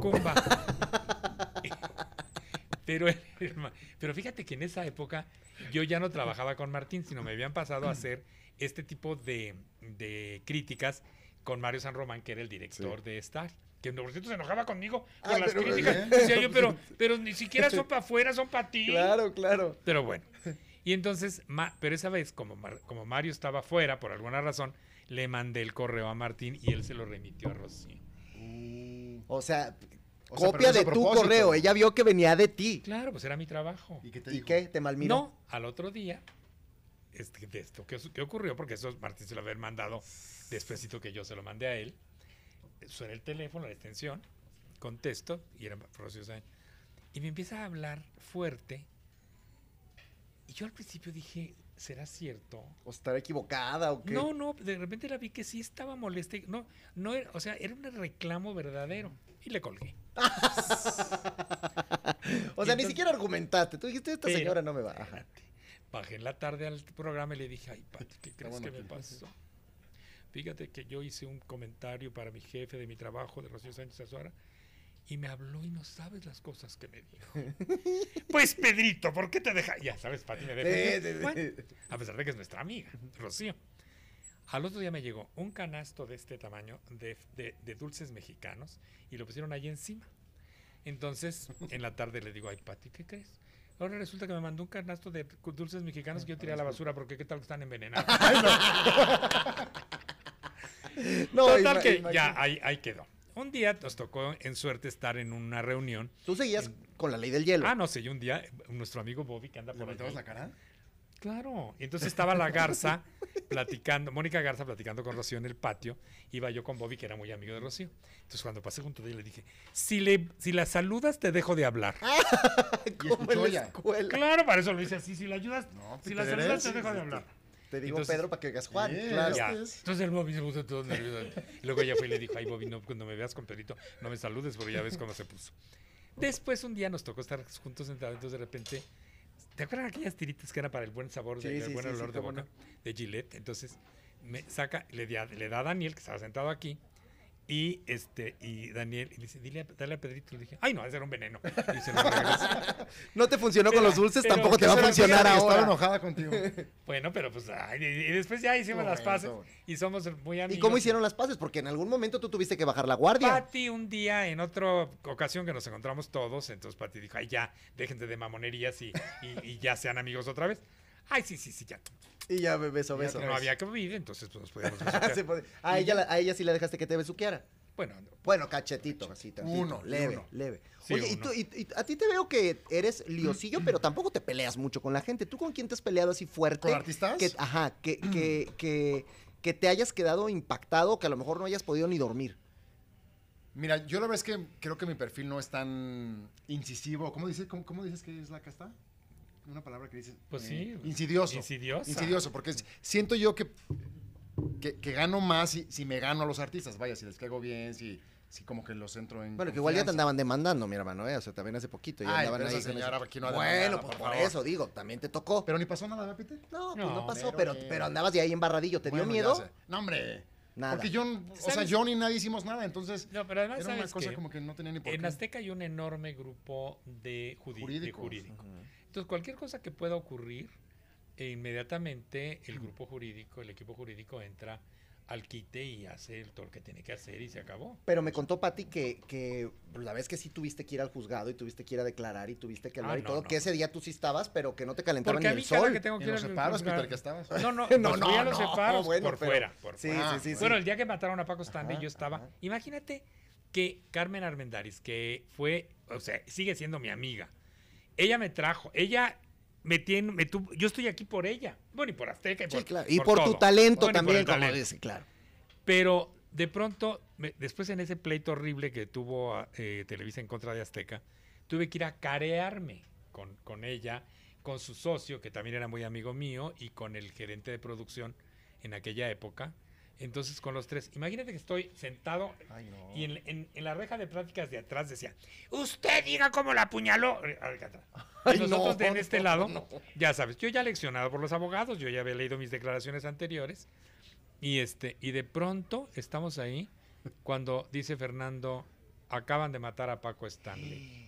Pero fíjate que en esa época yo ya no trabajaba con Martín, sino me habían pasado a hacer este tipo de críticas con Mario San Román, que era el director de Star. Que por cierto se enojaba conmigo con las críticas. Decía yo, pero ni siquiera son para afuera, son para ti. Claro. Pero bueno. Y entonces, pero esa vez, como Mario estaba fuera por alguna razón, le mandé el correo a Martín y él se lo remitió a Rocío. O sea, O sea, copia pero no es a de tu propósito. correo. Ella vio que venía de ti. Claro, pues era mi trabajo. ¿Y qué te ¿Y dijo? qué? ¿Te malmiró? No, al otro día, de esto que ocurrió, porque eso Martín se lo había mandado despuésito que yo se lo mandé a él. Suena el teléfono, la extensión, contesto, y era Rocío Sánchez. Y me empieza a hablar fuerte. Y yo al principio dije, ¿será cierto? ¿O estará equivocada o qué? No, de repente la vi que sí estaba molesta. No era, o sea, era un reclamo verdadero. Y le colgué. O sea, ni siquiera argumentaste. Tú dijiste, esta señora no me va. Ajá. Espérate. Bajé en la tarde al programa y le dije, ay, Pati, ¿qué crees que me pasó? Fíjate que yo hice un comentario para mi jefe de mi trabajo, de Rocío Sánchez Azuara, y me habló y no sabes las cosas que me dijo. Pues, Pedrito, ¿por qué te deja? Ya sabes, Pati me deja. Sí. Bueno, a pesar de que es nuestra amiga, Rocío. Al otro día me llegó un canasto de este tamaño de dulces mexicanos y lo pusieron ahí encima. Entonces, en la tarde le digo, ay, Pati, ¿qué crees? Ahora resulta que me mandó un canasto de dulces mexicanos que yo tiré a la basura porque qué tal que están envenenados. No, Total que imagínate. ya ahí quedó. Un día nos tocó en suerte estar en una reunión. Tú seguías con la ley del hielo. No sé, y un día nuestro amigo Bobby que anda ¿Le por volteabas allí. la cara? Claro. Y entonces estaba la Garza platicando, Mónica Garza platicando con Rocío en el patio. Iba yo con Bobby, que era muy amigo de Rocío. Entonces cuando pasé junto de ella le dije, si la saludas te dejo de hablar. Y Como en escuchó la ella. escuela. Claro, para eso lo hice así. Si la ayudas, No, si la Peter, saludas te sí, dejo de sí, hablar. Te digo Entonces- Pedro para que oigas Juan. Sí, Claro. Ya. es. Entonces el Bobby se puso todo nervioso. Y luego ella fue y le dijo, ay Bobby, no, cuando me veas con Pedrito, no me saludes porque ya ves cómo se puso. Después un día nos tocó estar juntos sentados, entonces de repente, ¿te acuerdas de aquellas tiritas que eran para el buen sabor, Sí, el sí, buen sí, olor sí, de cómo boca no. de Gillette? Entonces me saca, le da a Daniel, que estaba sentado aquí, Y Daniel, y dice, dale a Pedrito. Le dije, ay, no, ese era un veneno. Y se lo regresé. No te funcionó con los dulces, pero tampoco te ¿qué va a Esa funcionar era que ahora. Estaba enojada contigo. Bueno, pero pues, y después ya hicimos las paces y somos muy amigos. ¿Y cómo hicieron las paces? Porque en algún momento tú tuviste que bajar la guardia. Pati un día, en otra ocasión que nos encontramos todos, entonces Pati dijo, ay, ya, déjense de mamonerías y ya sean amigos otra vez. Ay, sí, ya. Y ya, beso. No había que vivir, entonces pues nos podíamos Se besuquear. puede- a ella sí le dejaste que te besuqueara. Bueno, Cachetito, así, tantito. Uno. Leve. Sí, Oye, y a ti te veo que eres liosillo, pero tampoco te peleas mucho con la gente. ¿Tú con quién te has peleado así fuerte? ¿Con artistas? Que te hayas quedado impactado, que a lo mejor no hayas podido ni dormir. Mira, yo la verdad es que creo que mi perfil no es tan incisivo. ¿Cómo dices que es la casta? Una palabra que dices. Pues sí. Insidioso. Insidiosa. Insidioso, porque siento yo que gano más si me gano a los artistas. Vaya, si les caigo bien, si como que los entro en. Bueno, que igual ya te confianza. andaban demandando, mi hermano, ¿eh? O sea, también hace poquito ya Ay, andaban pero ahí. esa con señora eso. aquí no ha Bueno, demandado, pues por por favor. eso digo, también te tocó. Pero ni pasó nada, ¿verdad, Peter? No, pues no No, pasó, pero pero, bien. andabas de ahí embarradillo. ¿Te dio Bueno, miedo? ya sé. No, hombre. Nada. Porque o sea, ¿Sabes? yo ni nadie hicimos nada, entonces No, pero además, era una ¿sabes cosa qué? como que no tenía ni por En qué. Azteca hay un enorme grupo de Jurídicos. jurídico. Entonces, cualquier cosa que pueda ocurrir, inmediatamente el grupo jurídico, el equipo jurídico entra al quite y hace todo lo que tiene que hacer y se acabó. Pero me contó Pati que la vez que sí tuviste que ir al juzgado y tuviste que ir a declarar y tuviste que hablar y no, todo, no. que ese día tú sí estabas, pero que no te calentaba Porque ni a mí el cada sol. que tengo que En ir los al separos, juzgado- Peter, que estabas. No, No, pues no, fui a los no, separos bueno, por pero- fuera. Sí, sí. Bueno, el día que mataron a Paco Stanley, Ajá, yo estaba. ajá. Imagínate que Carmen Armendáriz, que fue, o sea, sigue siendo mi amiga. Ella me trajo, ella yo estoy aquí por ella. Bueno, y por Azteca y Sí, por, claro. Y por tu todo. talento Bueno, y por también, el como talento. dice, claro. Pero de pronto, después en ese pleito horrible que tuvo Televisa en contra de Azteca, tuve que ir a carearme con ella, con su socio, que también era muy amigo mío, y con el gerente de producción en aquella época. Entonces, con los tres, imagínate que estoy sentado Ay, no. y en la reja de pláticas de atrás decía, usted diga cómo la apuñaló. Ay, Y nosotros no, en este no, lado, no. ya sabes, yo ya leccionado por los abogados, yo ya había leído mis declaraciones anteriores, y de pronto estamos ahí cuando dice Fernando, acaban de matar a Paco Stanley.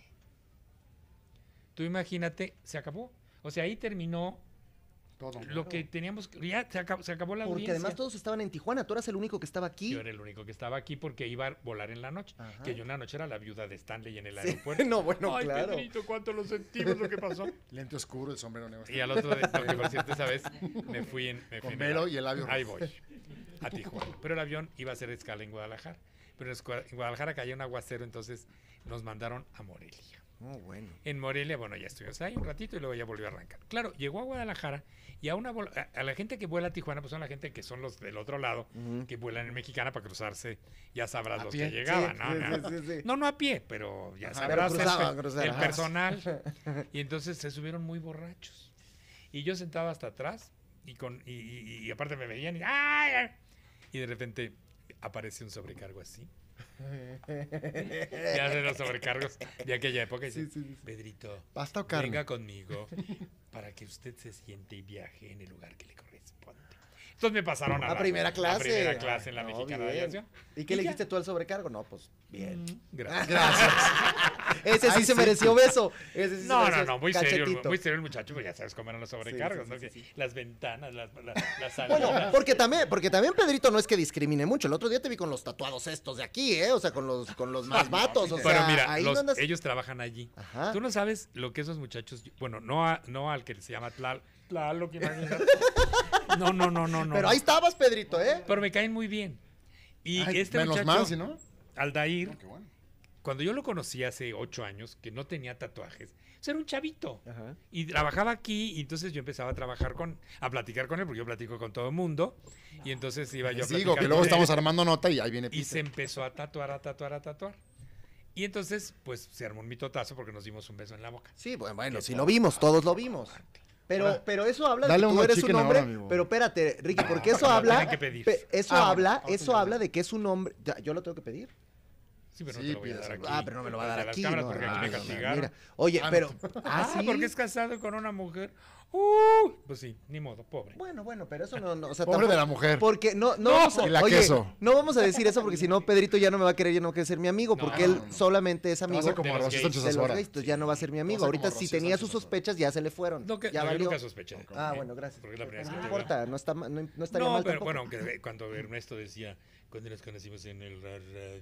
Tú imagínate, se acabó. O sea, ahí terminó Todo. lo que teníamos, ya se acabó la Porque audiencia. además todos estaban en Tijuana, tú eras el único que estaba aquí. Yo era el único que estaba aquí porque iba a volar en la noche. Ajá. Que yo en la noche era la viuda de Stanley en el Sí, aeropuerto. no, bueno, Ay, claro. Pedrito, cuánto lo sentimos lo que pasó. Lente oscuro, el sombrero negro. Y al otro día, no, que por cierto, esa vez me fui Con en velo y el labio Ahí rojo. voy, a Tijuana. Pero el avión iba a hacer escala en Guadalajara. Pero en Guadalajara cayó un aguacero, entonces nos mandaron a Morelia. Oh, bueno. En Morelia, bueno, ya estuvimos ahí un ratito y luego ya volvió a arrancar. Claro, llegó a Guadalajara y a la gente que vuela a Tijuana, pues son la gente que son los del otro lado, que vuelan en Mexicana para cruzarse, ya sabrás A los pie. que llegaban, Sí, ¿no? sí. No a pie, pero ya Ajá, sabrás pero cruzaban, el ajá. personal. Y entonces se subieron muy borrachos. Y yo sentado hasta atrás y aparte me veían y ¡ay! Y de repente aparece un sobrecargo así. Ya de los sobrecargos de aquella época. Y dice, Pedrito, ¿Pasta o carne? venga conmigo para que usted se siente y viaje en el lugar que le corresponde. Entonces me pasaron a A primera clase. A primera clase en la No, Mexicana de bien. Aviación. ¿Y qué le ya. dijiste tú al sobrecargo? No, pues bien. Gracias. Gracias. Ese sí Ay, se sí. mereció beso. Ese sí se No, mereció muy cachetito. serio el muchacho, pues ya sabes cómo eran los sobrecargos, Sí, ¿no? sí, Que sí. las ventanas, las Bueno, salidas. porque también Pedrito no es que discrimine mucho. El otro día te vi con los tatuados estos de aquí, ¿eh? O sea, con los más vatos. O sea, Pero mira, ahí no andas... ellos trabajan allí. Ajá. Tú no sabes lo que esos muchachos, bueno, no al que se llama Tlaloc, imagínate. No. Pero ahí estabas, Pedrito, ¿eh? Pero me caen muy bien. Y Ay, este menos muchacho, mal, ¿sí, no? Aldair, Qué bueno. cuando yo lo conocí hace 8 años, que no tenía tatuajes, pues era un chavito. Ajá. Y trabajaba aquí, y entonces yo empezaba a platicar con él, porque yo platico con todo el mundo. Y entonces iba yo a Les platicar digo que con luego él, estamos armando nota y ahí viene y se Peter. empezó a tatuar. Y entonces, pues, se armó un mitotazo porque nos dimos un beso en la boca. Sí, bueno, Que sí todo lo vimos, todos lo vimos. Pero eso habla de Dale que tú uno eres un chicken hombre. ahora, amigo. Pero espérate, Ricky, porque eso me lo habla. tienen que pedir. Eso Ah, habla, bueno, eso habla de que es un hombre. ¿Yo lo tengo que pedir? Sí, pero no Sí, te lo voy a dar pídeselo. aquí. Ah, pero no me lo va a dar Frente las aquí, cámaras, ¿no? porque Ah, aquí me mira, castigaron. mira. Oye, Ah, pero... no. ¿Ah, sí? Porque es casado con una mujer. Pues sí, ni modo, pobre. Bueno, pero eso no, o sea, Pobre de la mujer. Porque no vamos a, Y la oye, queso. no vamos a decir eso porque si no Pedrito ya no me va a querer, ya no quiere ser mi amigo, No, porque él no. solamente es Te vas a amigo hacer como de los Rosy gays. Sánchez de los Azuara. gays, entonces ya no va a ser mi amigo. Te vas a Ahorita como si Rosy tenía Sánchez sus Azuara. sospechas ya se le fueron. No, que, ya no, yo valió. nunca sospeché de ti, Ah, ¿eh? bueno, gracias. Porque es la primera vez No que te importa, no está no estaría No, mal pero tampoco. bueno, aunque cuando Ernesto decía, cuando nos conocimos en el radio.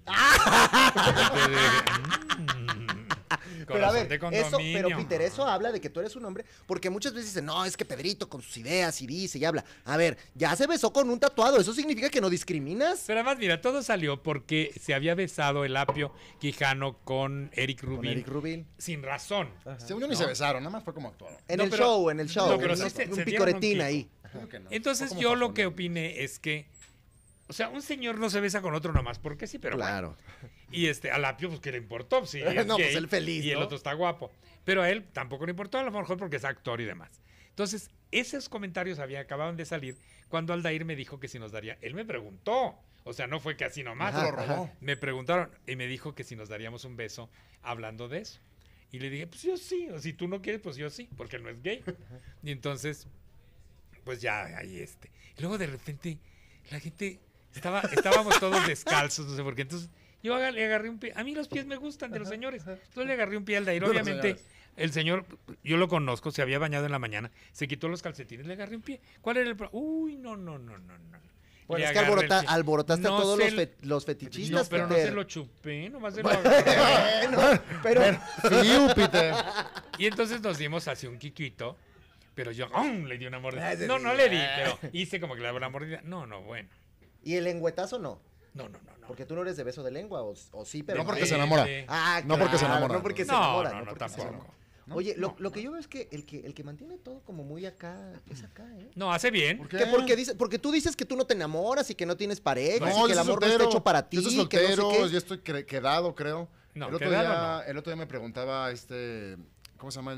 Pero a ver, de eso, condominio. pero Peter, eso habla de que tú eres un hombre, porque muchas veces dicen, no, es que Pedrito con sus ideas y dice y habla. A ver, ya se besó con un tatuado, ¿eso significa que no discriminas? Pero además, mira, todo salió porque se había besado el Apio Quijano con Eric Con Rubin. Eric Rubin. Sin razón. Según yo ni se besaron, nada más fue como actuaron. En No, el pero- show, en el show. no, pero un, sí se un dieron picoretín un ahí. Creo que no. Entonces Fue como yo lo fajoneado. que opiné es que, o sea, un señor no se besa con otro nomás porque sí, pero bueno. Claro. Y al Apio, pues, ¿qué le importó? Pues, sí, es No, pues, gay, él feliz, y el ¿no? otro está guapo. Pero a él tampoco le importó, a lo mejor porque es actor y demás. Entonces, esos comentarios acababan de salir cuando Aldair me dijo que si nos daría. Él me preguntó. O sea, no fue que así nomás. Ajá, lo robó. ajá. Me preguntaron y me dijo que si nos daríamos un beso hablando de eso. Y le dije, pues yo sí. O si tú no quieres, pues yo sí, porque él no es gay. Y entonces, pues ya, ahí Y luego de repente, la gente, estábamos todos descalzos, no sé por qué. Entonces, yo le agarré un pie. A mí los pies me gustan de los señores. Entonces le agarré un pie al Aldair. De los Obviamente, señores. el señor, yo lo conozco, se había bañado en la mañana, se quitó los calcetines, le agarré un pie. ¿Cuál era el problema? Uy, no. Bueno, Le es que agarré el pie. alborotaste No a todos se los, l- los No, fetichistas, pero no Peter. se lo chupé, nomás se lo agarré. Bueno, pero... Fiu, Peter. Y entonces nos dimos así un quiquito, pero yo le di una mordida. Ese No, sí. no le di, pero hice como que le daba una mordida. No, bueno. ¿Y el lengüetazo no? No. Porque tú no eres de beso de lengua, o sí, pero... No, porque se enamora. Ah, No porque se claro, enamora. No porque se No, enamora. no, porque se tampoco. enamora. Oye, lo que yo veo es que el que mantiene todo como muy acá, es acá, ¿eh? No, hace bien. ¿Por qué? Porque tú dices que tú no te enamoras y que no tienes pareja, No, y que el amor no está hecho para ti, Yo estoy que no sé soltero, qué. yo estoy quedado, creo. No, el otro quedado día, no. el otro día me preguntaba ¿cómo se llama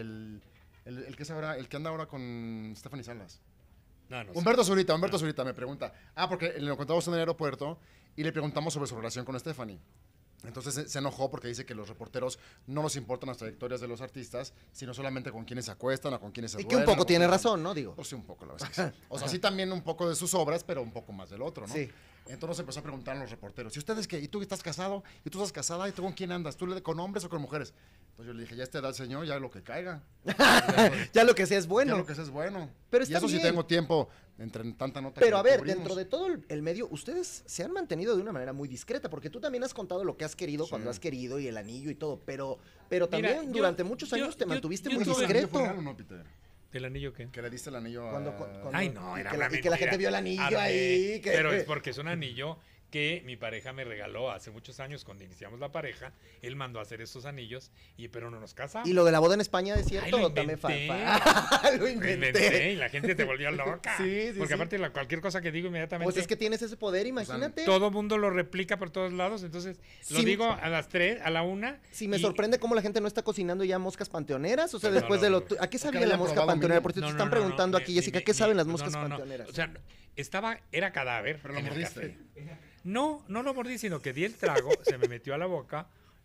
el que es ahora, el que anda ahora con Stephanie Salas? No sé. Humberto Zurita me pregunta. Porque lo encontramos en el aeropuerto y le preguntamos sobre su relación con Stephanie. Entonces se enojó porque dice que los reporteros no nos importan las trayectorias de los artistas, sino solamente con quienes se acuestan o con quienes se Y que un duelen, poco o tiene con- razón, ¿no? Digo. Pues sí, un poco, la verdad es que sí. O sea, sí también un poco de sus obras, pero un poco más del otro, ¿no? Sí. Entonces empezó a preguntar a los reporteros, ¿y ustedes qué? ¿Y tú estás casado? ¿Y tú estás casada? ¿Y tú con quién andas? ¿Tú con hombres o con mujeres? Entonces yo le dije, ya esta edad, señor, ya lo que caiga. Ya lo que sea es Ya bueno. lo que sea es bueno. Pero y está eso sí bien. tengo tiempo entre tanta nota Pero que a ver, cubrimos. dentro de todo el medio, ustedes se han mantenido de una manera muy discreta, porque tú también has contado lo que has querido cuando has querido y el anillo y todo, pero también yo- durante muchos años te yo- mantuviste yo muy tuve- ¿El anillo fue discreto. real o no, Peter? ¿El anillo qué? Que le diste el anillo a... Cuando- Ay, no, y era que una la- y que la gente mentira. vio el anillo Armé, ahí, que- Pero es porque es un anillo que mi pareja me regaló hace muchos años cuando iniciamos la pareja. Él mandó a hacer estos anillos, pero no nos casamos. Y lo de la boda en España, ¿es cierto? Ay, lo También inventé. lo Lo inventé. inventé y la gente te volvió loca. Sí, sí, Porque sí. aparte cualquier cosa que digo inmediatamente, Pues es que tienes ese poder, imagínate. todo mundo lo replica por todos lados. Entonces, lo Sí. digo a las 3, a la 1. Sí, me sorprende cómo la gente no está cocinando ya moscas panteoneras. O sea, Pues no, después no, de lo... no. ¿A qué no sabía hayan la mosca probado panteonera? mínimo. Porque te están preguntando aquí, Jessica, ¿qué saben las moscas no. panteoneras? O sea, era cadáver. Pero lo en el mordiste. café. No lo mordí, sino que di el trago, se me metió a la boca.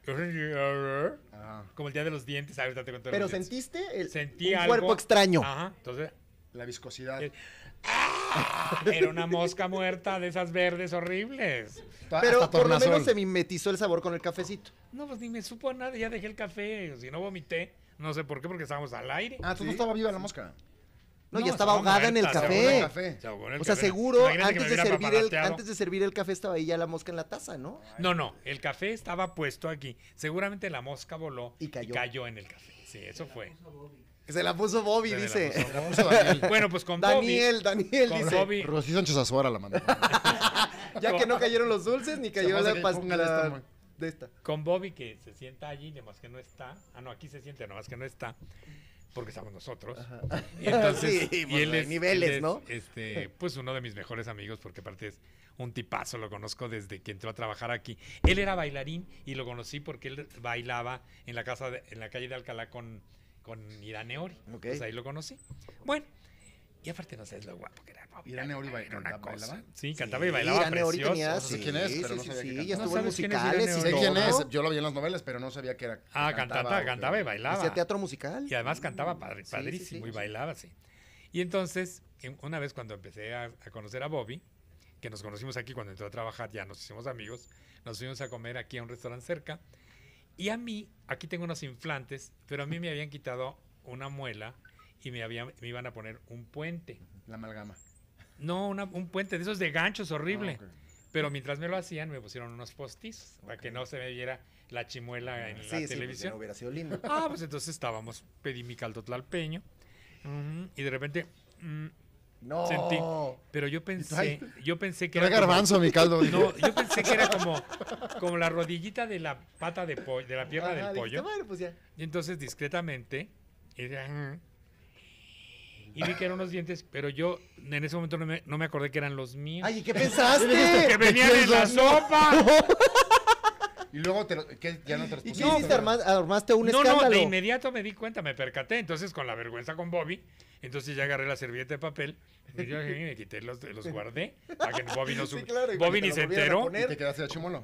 Ah, Como el día de los dientes. Ahorita te cuento de Pero los dientes. sentiste Sentí un algo. cuerpo extraño. Ajá. Entonces, la viscosidad. era una mosca muerta de esas verdes horribles. Pero Hasta por lo tornasol. menos se mimetizó el sabor con el cafecito. No, pues ni me supo a nada. Ya dejé el café. Si no vomité. No sé por qué, porque estábamos al aire. Ah, tú no estaba viva la mosca. No, ya No, estaba ahogada en el muerta, Se ahogó en el café. café. Se ahogó en el O sea, café. seguro Imagínate que me hubiera paparateado. antes de servir el café estaba ahí ya la mosca en la taza, ¿no? No, el café estaba puesto aquí. Seguramente la mosca voló Y cayó. en el café. Sí, eso fue. Se la puso Bobby, Se la dice. puso. La puso Daniel. Bueno, pues con Daniel con dice. Bobby. Rosy Sánchez Azuara la mandó. Ya que no cayeron los dulces ni cayó Se me la hace que pasta póngale esta, muy- de esta. Con Bobby que se sienta allí, nomás que no está. Ah, no, aquí se siente, nomás que no está. Porque estamos nosotros. Y entonces, Sí, y pues, hay niveles, él es, ¿no? Pues uno de mis mejores amigos, porque aparte es un tipazo, lo conozco desde que entró a trabajar aquí. Él era bailarín y lo conocí porque él bailaba en la en la calle de Alcalá con Irán Neori. Ok. Pues ahí lo conocí. Bueno, Y aparte no sabes lo guapo que era Bobby. Irán Neuri Era una cosa. bailaba. Sí, cantaba y bailaba Irán Neuri precioso. tenía- No sé quién es, pero no sabía que sí, cantaba. ya ¿No estuvo en sabes quién es musicales Irán y Sé Neuri? quién todo. es, yo lo vi en las novelas, pero no sabía que era. Ah, que cantaba y bailaba. Hacía teatro musical. Y además cantaba Sí, padrísimo sí, y sí. bailaba así. Y entonces, una vez cuando empecé a conocer a Bobby, que nos conocimos aquí cuando entró a trabajar, ya nos hicimos amigos, nos fuimos a comer aquí a un restaurante cerca. Y a mí, aquí tengo unos implantes, pero a mí me habían quitado una muela y me iban a poner un puente. La amalgama. No, un puente de esos de ganchos horrible. Ah, ok. Pero mientras me lo hacían, me pusieron unos postizos para que no se me viera la chimuela en la Sí, sí, pues, televisión. no hubiera sido lindo. Ah, pues entonces pedí mi caldo tlalpeño. Y de repente No. sentí, pero yo pensé que Trae era como- garbanzo, mi caldo. dije. no, yo pensé que era como la rodillita de la pata de pollo, de la pierna Ajá, del dijiste, pollo. bueno, pues ya. Y entonces discretamente y vi que eran unos dientes, pero yo en ese momento no me acordé que eran los míos. Ay, ¿y qué pensaste? ¡Que venían en la sopa! Y luego ya no te los ¿Y qué pusiste. hiciste? ¿Armaste un No, escándalo? de inmediato me di cuenta, me percaté. Entonces, con la vergüenza con Bobby, entonces ya agarré la servilleta de papel, me quité, los guardé, para que Bobby no Sí, claro, y Bobby que ni te se lo volvieran a enteró. poner. ¿Y te quedaste de chimuelo?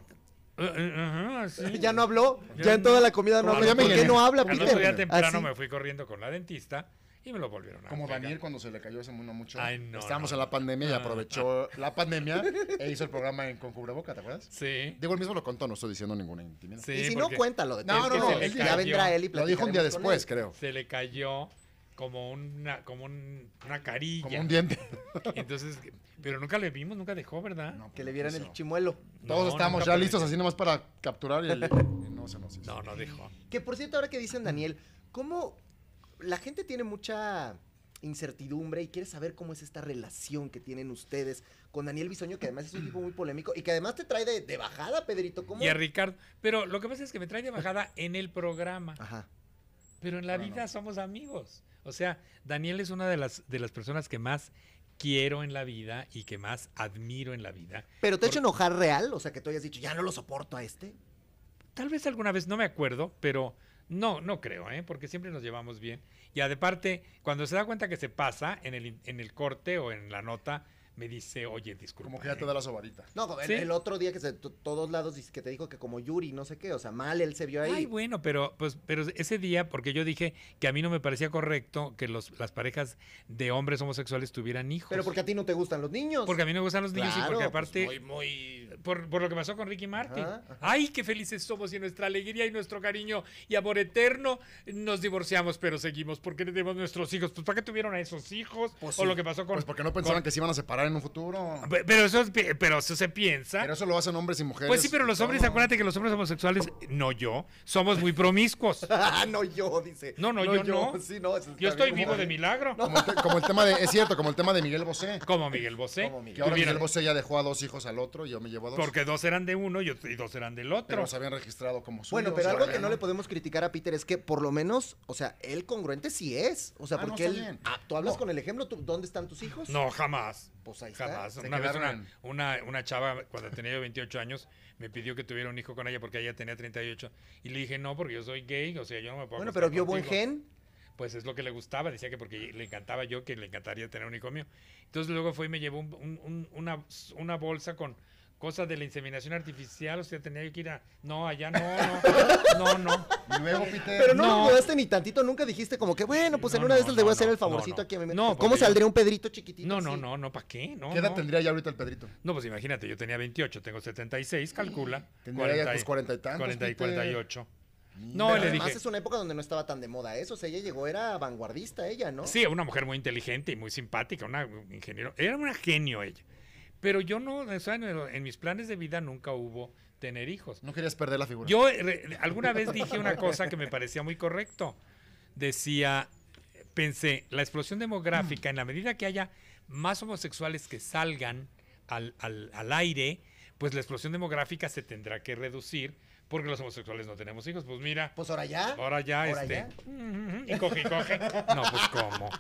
Ajá, sí. Ya no habló, Ya ya en no. toda la comida no Como habló. ya me ¿Por qué llené. no habla, Al Peter? otro día temprano Así. me fui corriendo con la dentista y me lo volvieron a Como pegar. Daniel cuando se le cayó ese mundo mucho. Ay, no, Estábamos no. en la pandemia y aprovechó la pandemia e hizo el programa con cubreboca, ¿te acuerdas? Sí. Digo, él mismo lo contó, no estoy diciendo ninguna intimidad. Sí, Y si no, porque cuéntalo de No, todo. no, no, Es que él ya cayó. vendrá él y Lo dijo un día platicaremos con después, él. creo. se le cayó como una carilla. Como un diente. Entonces, pero nunca le vimos, nunca dejó, ¿verdad? No, Que le vieran eso. el chimuelo. Todos No, estábamos nunca ya permitió. listos así nomás para capturar y no se nos hizo. No dejó. Que por cierto, ahora que dicen Daniel, ¿cómo la gente tiene mucha incertidumbre y quiere saber cómo es esta relación que tienen ustedes con Daniel Bisoño, que además es un tipo muy polémico y que además te trae de bajada, Pedrito? ¿Cómo? Y a Ricardo. Pero lo que pasa es que me trae de bajada en el programa. Ajá. Pero en la No, vida no. somos amigos. O sea, Daniel es una de las personas que más quiero en la vida y que más admiro en la vida. ¿Pero te ha hecho enojar real? O sea, que tú hayas dicho, ya no lo soporto a este. Tal vez alguna vez, no me acuerdo, pero no creo, porque siempre nos llevamos bien. Y aparte, cuando se da cuenta que se pasa en el corte o en la nota, me dice, oye, disculpa. Como que ya te da la sobarita. No, como ¿Sí? el otro día que todos lados dice que te dijo que como Yuri, no sé qué, o sea, mal él se vio ahí. Ay, bueno, pero ese día, porque yo dije que a mí no me parecía correcto que las parejas de hombres homosexuales tuvieran hijos. Pero porque a ti no te gustan los niños. Porque a mí no me gustan los niños y Claro, porque pues, aparte, por lo que pasó con Ricky Martin. Ajá, ajá. Ay, qué felices somos y en nuestra alegría y nuestro cariño y amor eterno nos divorciamos, pero seguimos porque tenemos nuestros hijos. Pues ¿para qué tuvieron a esos hijos? Pues o sí. lo que pasó con... Pues porque no pensaban con- que se iban a separar en un futuro. Pero eso se piensa. Pero eso lo hacen hombres y mujeres. Pues sí, pero los y hombres, todo. acuérdate que los hombres homosexuales, no yo, somos muy promiscuos. Ah, no yo, dice. No, yo no. Sí, no, eso Yo está estoy bien. vivo de milagro. Como el tema de, es cierto, como el tema de Miguel Bosé. Como Miguel Bosé. Como Miguel. Que ahora Hubiera- Miguel Bosé ya dejó a 2 hijos al otro y yo me llevo a 2. Porque 2 eran de uno y 2 eran del otro. Pero se habían registrado como suyos. Bueno, pero y algo ahora que ya no le podemos criticar a Peter es que por lo menos, o sea, él congruente sí es. O sea, Ah, no, porque está él. bien. Tú hablas No. con el ejemplo, ¿dónde están tus hijos? No, jamás. Pues ahí está. Jamás. Se Una vez quedaron una chava, cuando tenía yo 28 años, me pidió que tuviera un hijo con ella porque ella tenía 38. Y le dije, no, porque yo soy gay, o sea, yo no me puedo Bueno, acostar pero vio buen contigo". gen. Pues es lo que le gustaba, decía que porque le encantaba yo, que le encantaría tener un hijo mío. Entonces luego fue y me llevó una bolsa con cosas de la inseminación artificial, o sea, tenía yo que ir a... No, allá no. Y luego, Peter. Pero no, No. lo dudaste ni tantito, nunca dijiste como que, bueno, pues en No, una de no, estas le voy a no, hacer el no, favorcito no, aquí a mi no, ¿Cómo porque saldría un Pedrito chiquitito? No, así? no, ¿para qué? No, ¿Qué edad no. tendría ya ahorita el Pedrito? No, pues imagínate, yo tenía 28, tengo 76, calcula. Tendría ya pues 40 y tantos. 40 y Peter. 48. Mira. No, Pero le además dije... es una época donde no estaba tan de moda eso. O sea, ella llegó, era vanguardista ella, ¿no? Sí, una mujer muy inteligente y muy simpática, una ingeniero. Era una genio ella. Pero yo no, o sea, en mis planes de vida nunca hubo tener hijos. No querías perder la figura. Yo alguna vez dije una cosa que me parecía muy correcto. Decía, pensé, la explosión demográfica, en la medida que haya más homosexuales que salgan al aire, pues la explosión demográfica se tendrá que reducir porque los homosexuales no tenemos hijos. Pues mira, Pues ahora ya. ahora ya, Ahora ya. y coge. No, pues cómo.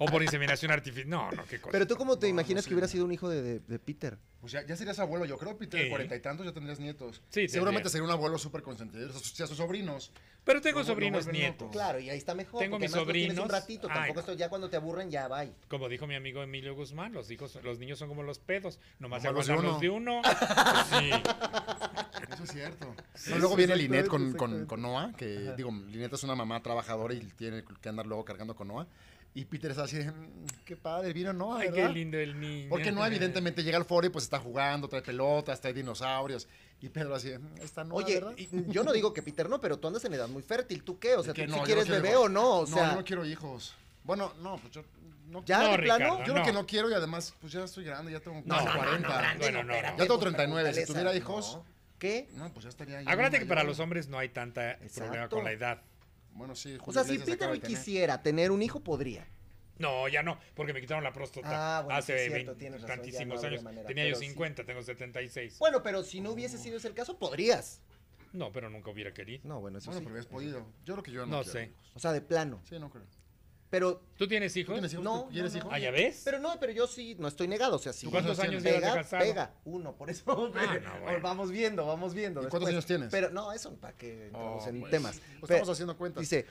O por inseminación artificial. No, no, qué cosa. Pero tú, ¿cómo te No, imaginas no que sé. hubiera sido un hijo de Peter? Pues ya serías abuelo, yo creo, Peter, Sí. de 40 y tantos ya tendrías nietos. Sí, Seguramente tendría. sería un abuelo súper consentido. Si a sus sobrinos. Pero tengo Lo sobrinos vuelven nietos. loco. Claro, y ahí está mejor. Tengo porque mis además los tienes un sobrinos. ratito, Ay, tampoco no. esto ya cuando te aburren ya va. Como dijo mi amigo Emilio Guzmán, los niños son como los pedos. Nomás se Como los de aguantan los de uno. Pues sí. Eso es cierto. No, luego viene Linet exactamente. con Noah, que digo, Linet es una mamá trabajadora y tiene que andar luego cargando con Noah. Y Peter está así, qué padre, vino Noah, Ay, ¿verdad? qué lindo el niño. Porque Noah evidentemente llega al foro y pues está jugando, trae pelotas, trae dinosaurios. Y Pedro así, está Noah, Oye, ¿verdad? yo no digo que Peter no, pero tú andas en edad muy fértil. ¿Tú qué? O sea, Que ¿tú no, si yo quieres no quiero bebé hijos. o no? O No, sea, yo no quiero hijos. Bueno, no, pues yo no ¿ya No, de plano? Ricardo, Yo lo no. que no quiero y además, pues ya estoy grande, ya tengo No, casi no, no, 40. Bueno, no, espérate, Ya tengo por 39, si fortaleza. tuviera hijos. No. ¿Qué? No, pues ya estaría ahí. Acuérdate que para mayor. los hombres no hay tanta problema Exacto. con la edad. Bueno, sí, O Julio sea, si Iglesias Peter acaba hoy de tener. quisiera tener un hijo, podría. No, ya no, porque me quitaron la próstata Ah, bueno, hace sí es cierto, 20 tienes razón, ya no tantísimos habría años. manera, Tenía yo pero sí. 50, tengo 76. Bueno, pero si no hubiese sido ese el caso, podrías. No, pero nunca hubiera querido. No, bueno, eso Bueno, sí. pero hubieras podido. Yo creo que yo no No quiero sé. hijos. O sea, de plano. Sí, no creo. Pero, ¿Tú tienes ¿Tú hijos? tienes hijos? No, ¿Tú quieres no, no. hijos? Ah, ¿ya ves? pero yo sí, no estoy negado. O sea, sí. ¿Tú cuántos ¿Cuántos años tienes? llevas de Pega, casado? pega. Uno, por eso. bueno. Vamos viendo. ¿Y después. cuántos años tienes? Pero no, eso para que entramos Oh, en pues. temas. Pues Pe- estamos haciendo cuentas. Dice,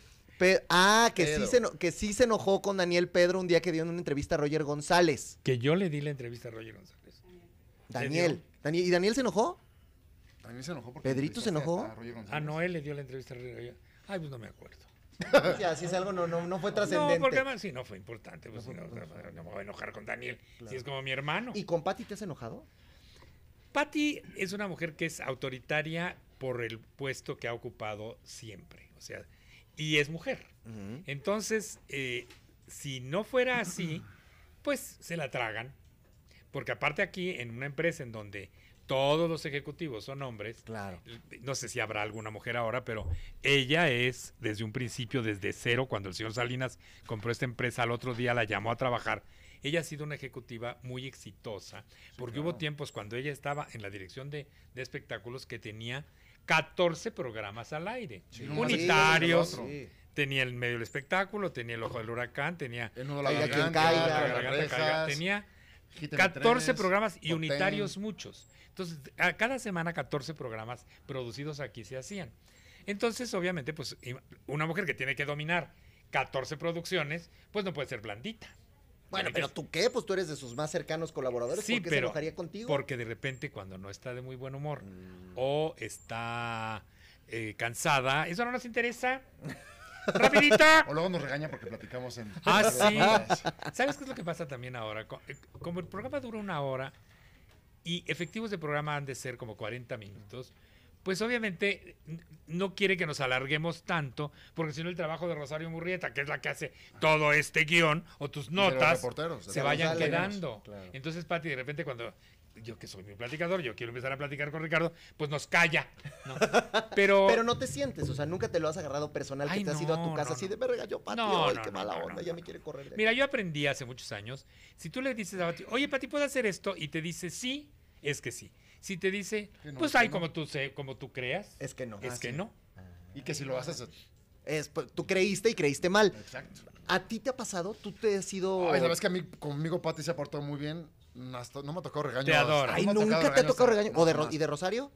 que sí se enojó con Daniel Pedro un día que dio en una entrevista a Roger González. Que yo le di la entrevista a Roger González. Daniel. ¿Y Daniel se enojó? También se enojó porque... ¿Pedrito se entrevistaste enojó? a Roger González. Ah, no, él le dio la entrevista a Roger. Ay, pues no me acuerdo. Ya, si es algo no fue No, trascendente. porque además sí, no fue importante. Pues, no me voy a enojar con Daniel, si es como mi hermano. ¿Y con Patty te has enojado? Patty es una mujer que es autoritaria por el puesto que ha ocupado siempre. O sea, y es mujer. Entonces, si no fuera así, pues se la tragan. Porque aparte aquí, en una empresa en donde todos los ejecutivos son hombres, Claro. no sé si habrá alguna mujer ahora, pero ella es desde un principio, desde cero, cuando el señor Salinas compró esta empresa, al otro día la llamó a trabajar. Ella ha sido una ejecutiva muy exitosa, porque hubo tiempos cuando ella estaba en la dirección de espectáculos que tenía 14 programas al aire. Sí, unitarios, sí. tenía el medio del espectáculo, tenía el ojo del huracán, tenía El nudo de la Caiga quien garganta, caiga, la la garganta rejas, caiga, tenía Hit 14 M3, programas y Top unitarios 10. muchos. Entonces, a cada semana 14 programas producidos aquí se hacían. Entonces, obviamente, pues una mujer que tiene que dominar 14 producciones, pues no puede ser blandita. Bueno, Tiene pero que- ¿tú qué? Pues tú eres de sus más cercanos colaboradores. Sí, ¿Por qué se pero enojaría contigo? porque de repente cuando no está de muy buen humor o está cansada, eso no nos interesa. ¡Rapidita! O luego nos regaña porque platicamos en... Ah, sí. ¿Sabes qué es lo que pasa también ahora? Como el programa dura 1 hora y efectivos de programa han de ser como 40 minutos, pues obviamente no quiere que nos alarguemos tanto, porque si no el trabajo de Rosario Murrieta, que es la que hace todo este guión, o tus de los notas, reporteros, de se los vayan reporteros, quedando. claro. Entonces, Pati, de repente cuando yo que soy muy platicador, yo quiero empezar a platicar con Ricardo, pues nos calla. ¿no? Pero no te sientes, o sea, nunca te lo has agarrado personal que Ay, te has ido a tu no, casa no, así no. de me regañó Pati, No, ay, no, qué no, mala no, onda, no, ya no. me quiere correr de aquí. Mira, yo aprendí hace muchos años, si tú le dices a Pati, oye, Pati, ¿puedo hacer esto? Y te dice sí, es que sí. Si te dice, Que no, pues que hay no. como tú creas, Es que no. es que sí. no. Y que si lo haces... Pues, tú creíste y creíste mal. Exacto. ¿A ti te ha pasado? ¿Tú te has ido...? Ay, la verdad es que a mí, conmigo Pati se ha portado muy bien. Hasta, no me ha tocado regaño. Te adora. Ay, no me ¿nunca te ha tocado regaño? No, ¿O de jamás. ¿Y de Rosario?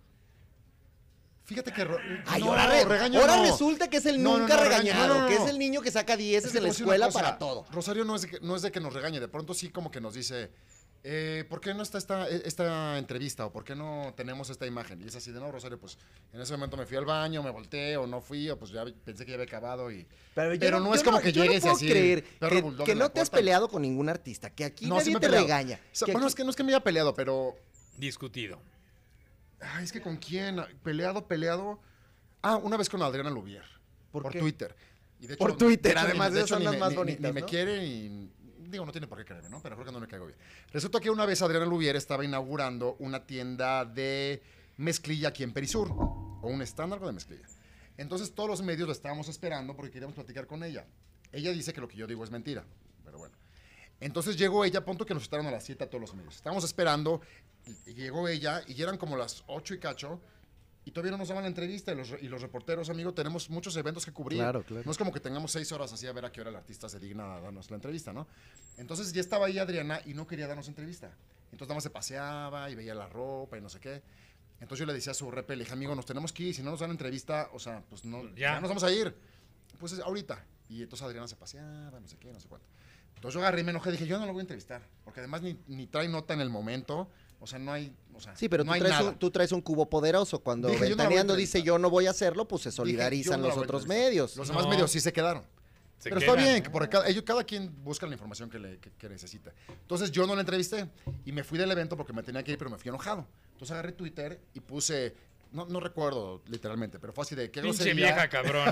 Fíjate que... Ay, no, ahora, regaño ahora no. resulta que es el No, no, nunca no, regaño, regañado, no. que es el niño que saca 10 Es que en la te voy a decir una escuela cosa, para todo. Rosario no es de que nos regañe, de pronto sí como que nos dice, ¿por qué no está esta entrevista o por qué no tenemos esta imagen? Y es así de, no, Rosario, pues en ese momento me fui al baño, me volteé o no fui, o pues ya pensé que ya había acabado y... Pero no es como que llegues yo no y así, puedo creer perro bulldog que en la no te has puerta. peleado con ningún artista, que aquí No, sí nadie me he te peleado. regaña. O sea, que bueno, aquí- es que no es que me haya peleado, pero... Discutido. Ay, es que ¿con quién? Peleado... Ah, una vez con Adriana Lubier. ¿Por qué? Twitter. Y de Por Twitter, de hecho, además, de esas hecho, son ni las me- más ni- bonitas, Ni me ¿no? quiere y... Digo, no tiene por qué quererme, ¿no? Pero creo que no me caigo bien. Resulta que una vez Adriana Lubier estaba inaugurando una tienda de mezclilla aquí en Perisur. O un stand, algo de mezclilla. Entonces todos los medios la estábamos esperando porque queríamos platicar con ella. Ella dice que lo que yo digo es mentira. Pero bueno. Entonces llegó ella, punto que nos esperaron a las 7 a todos los medios. Estábamos esperando y llegó ella y ya eran como las 8 y cacho. y todavía no nos daban la entrevista. Y los reporteros, amigo, tenemos muchos eventos que cubrir. Claro. No es como que tengamos 6 horas así a ver a qué hora el artista se digna a darnos la entrevista, ¿no? Entonces ya estaba ahí Adriana y no quería darnos entrevista. Entonces nada más se paseaba y veía la ropa y no sé qué. Entonces yo le decía a su rep, le dije, amigo, nos tenemos que ir, si no nos dan entrevista, o sea, pues no, ya nos vamos a ir. Pues ahorita. Y entonces Adriana se paseaba, no sé qué, no sé cuánto. Entonces yo agarré y me enojé, dije, yo no lo voy a entrevistar, porque además ni trae nota en el momento, o sea, no hay, o sea, Sí, pero no hay nada. tú traes un cubo poderoso. Cuando Dije, yo no lo voy a Ventaneando dice entrevistar. yo no voy a hacerlo, pues se Dije, solidarizan yo no los la voy a otros entrevistar. medios. Los demás No. medios sí se quedaron. Se Pero está quedan. bien, porque cada quien busca la información que necesita. Entonces yo no la entrevisté y me fui del evento porque me tenía que ir, pero me fui enojado. Entonces agarré Twitter y puse, no recuerdo literalmente, pero fue así de qué Pinche grosería. vieja cabrón.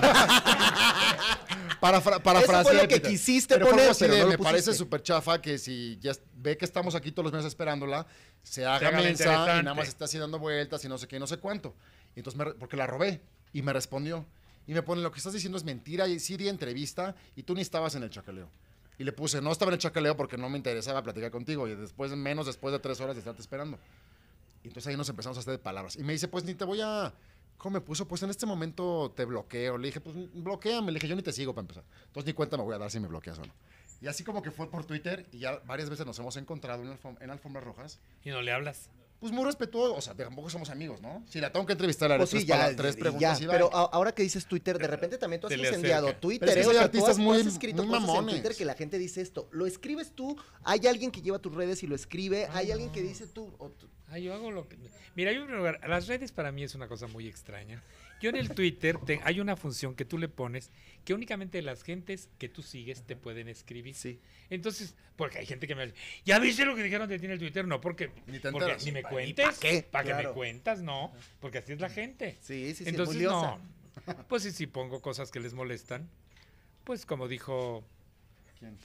Parafraseé, Eso fue lo que Peter. quisiste Pero fue poner, algo así pero de, no lo me parece pusiste. súper chafa que si ya ve que estamos aquí todos los meses esperándola, se haga haga la mensa y interesante. nada más está así dando vueltas y no sé qué, no sé cuánto. Y entonces, porque la robé y me respondió. Y me pone, lo que estás diciendo es mentira, y sí di entrevista y tú ni estabas en el chacaleo. Y le puse, no estaba en el chacaleo porque no me interesaba platicar contigo y después de 3 horas de estarte esperando. Y entonces ahí nos empezamos a hacer de palabras. Y me dice, pues ni te voy a... ¿Cómo me puso? Pues en este momento te bloqueo. Le dije, pues bloqueame. Le dije, yo ni te sigo para empezar. Entonces ni cuenta me voy a dar si me bloqueas o no. Y así como que fue por Twitter y ya varias veces nos hemos encontrado en alfombras rojas. Y no le hablas. Pues muy respetuoso, o sea, tampoco somos amigos, ¿no? Si la tengo que entrevistar, le haré Pues sí, ya, tres y preguntas ya. y Pero bye. ahora que dices Twitter, de repente también tú has Se le incendiado acerca. Twitter. Pero es que O hay sea, artistas tú muy- has escrito muy cosas en mamones. Twitter que la gente dice esto. Lo escribes tú, hay alguien que lleva tus redes y lo escribe, hay alguien que dice tú. Yo hago lo que... Mira, hay un lugar... Las redes para mí es una cosa muy extraña. Yo en el Twitter hay una función que tú le pones que únicamente las gentes que tú sigues te pueden escribir. Sí. Entonces, porque hay gente que me dice, ¿ya viste lo que dijeron de ti en el Twitter? No, porque Ni te porque enteras. ni me ¿Para cuentes. qué? ¿Para que Claro. me cuentas? No, porque así es la gente. Sí, Entonces, muy liosa. no. Pues sí, sí pongo cosas que les molestan. Pues como dijo, ¿Quién?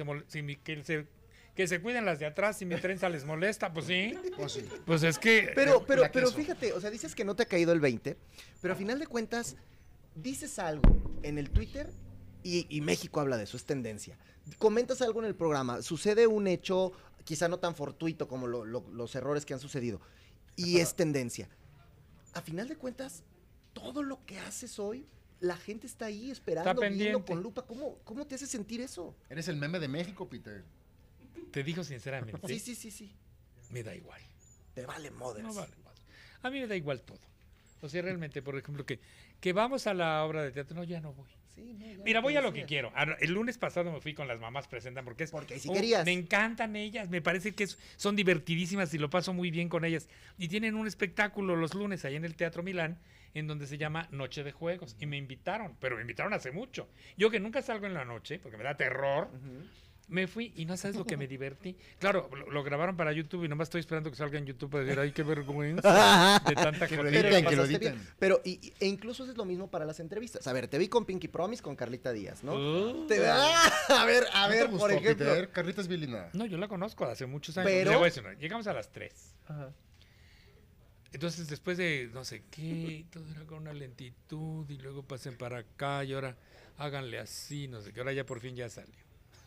que se cuiden las de atrás, si mi trenza les molesta, pues sí. Pues sí. Pues es que... Pero la queso. fíjate, o sea, dices que no te ha caído el 20, pero a final de cuentas, dices algo en el Twitter y México habla de eso, es tendencia. Comentas algo en el programa, sucede un hecho quizá no tan fortuito como los errores que han sucedido, y es tendencia. A final de cuentas, todo lo que haces hoy, la gente está ahí esperando, Está viendo pendiente. con lupa. ¿Cómo te hace sentir eso? Eres el meme de México, Peter. Te digo sinceramente, Sí. me da igual. Te vale madres. No vale más. A mí me da igual todo. O sea, realmente, por ejemplo, que vamos a la obra de teatro, no, ya no voy. Sí, no, ya Mira, no voy a lo decías. que quiero. El lunes pasado me fui con las mamás presentan porque Porque sí querías. me encantan ellas, me parece que son divertidísimas y lo paso muy bien con ellas. Y tienen un espectáculo los lunes ahí en el Teatro Milán en donde se llama Noche de Juegos y me invitaron, pero me invitaron hace mucho. Yo que nunca salgo en la noche porque me da terror. Me fui y no sabes lo que me divertí. Claro, lo grabaron para YouTube y nomás estoy esperando que salga en YouTube para decir, ay, qué vergüenza de tanta Que lo cosa. editen, Pero que lo pasaste editen. bien. Pero, e incluso es lo mismo para las entrevistas. A ver, te vi con Pinky Promise, con Carlita Díaz, ¿no? A ver, ¿No te gustó, por ejemplo. Peter? Carlita es bien linda. No, yo la conozco hace muchos años. Pero- Le voy a decir una, llegamos a las 3. Ajá. Entonces, después de no sé qué, todo era con una lentitud y luego pasen para acá y ahora háganle así, no sé qué. Ahora ya por fin ya salió.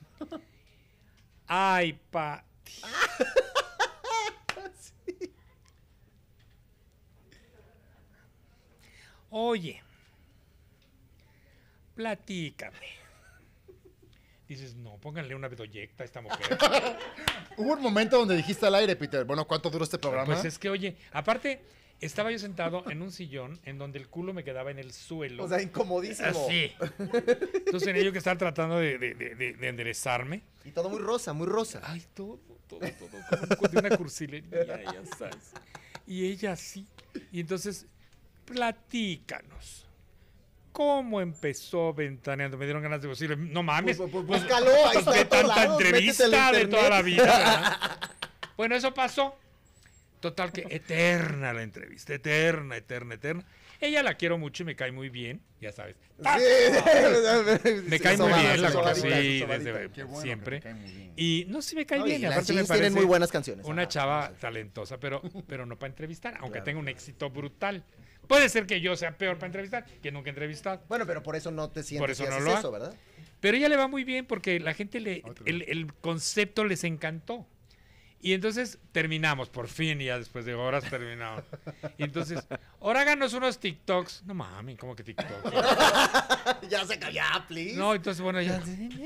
Ay, Oye, platícame. Dices, no, pónganle una bedoyecta a esta mujer. Hubo un momento donde dijiste al aire, Peter, bueno, ¿cuánto duró este programa? Pues es que, oye, aparte, estaba yo sentado en un sillón en donde el culo me quedaba en el suelo. O sea, incomodísimo. Así. Entonces tenía yo que estar tratando de enderezarme. Y todo muy rosa, muy rosa. Ay, todo, como de una cursilería, ya sabes. Y ella así. Y entonces, platícanos. ¿Cómo empezó Ventaneando? Me dieron ganas de decirle, no mames. Pues, pues, búscalo, ahí está qué en todos tanta lados, métete entrevista al de internet. toda la vida, ¿verdad? Bueno, eso pasó. Total que eterna la entrevista, eterna. Ella la quiero mucho y me cae muy bien, ya sabes. Me cae muy bien, la conocí desde Qué bueno, siempre. que me cae muy bien. Y no, sí me cae No, bien. y Y las aparte me jeans parece tienen muy buenas canciones. una Ajá. chava talentosa, pero no para entrevistar, aunque Claro. tenga un éxito brutal. Puede ser que yo sea peor para entrevistar, que nunca he entrevistado. Bueno, pero por eso no te sientes Por eso si no haces lo eso, hago. ¿verdad? Pero ella le va muy bien porque la gente Otro. el concepto les encantó. Y entonces terminamos, por fin, y ya después de horas terminamos. Y entonces, ahora háganos unos TikToks. No mames, ¿cómo que TikTok? Ya se cayó, please. No, entonces, bueno, ya.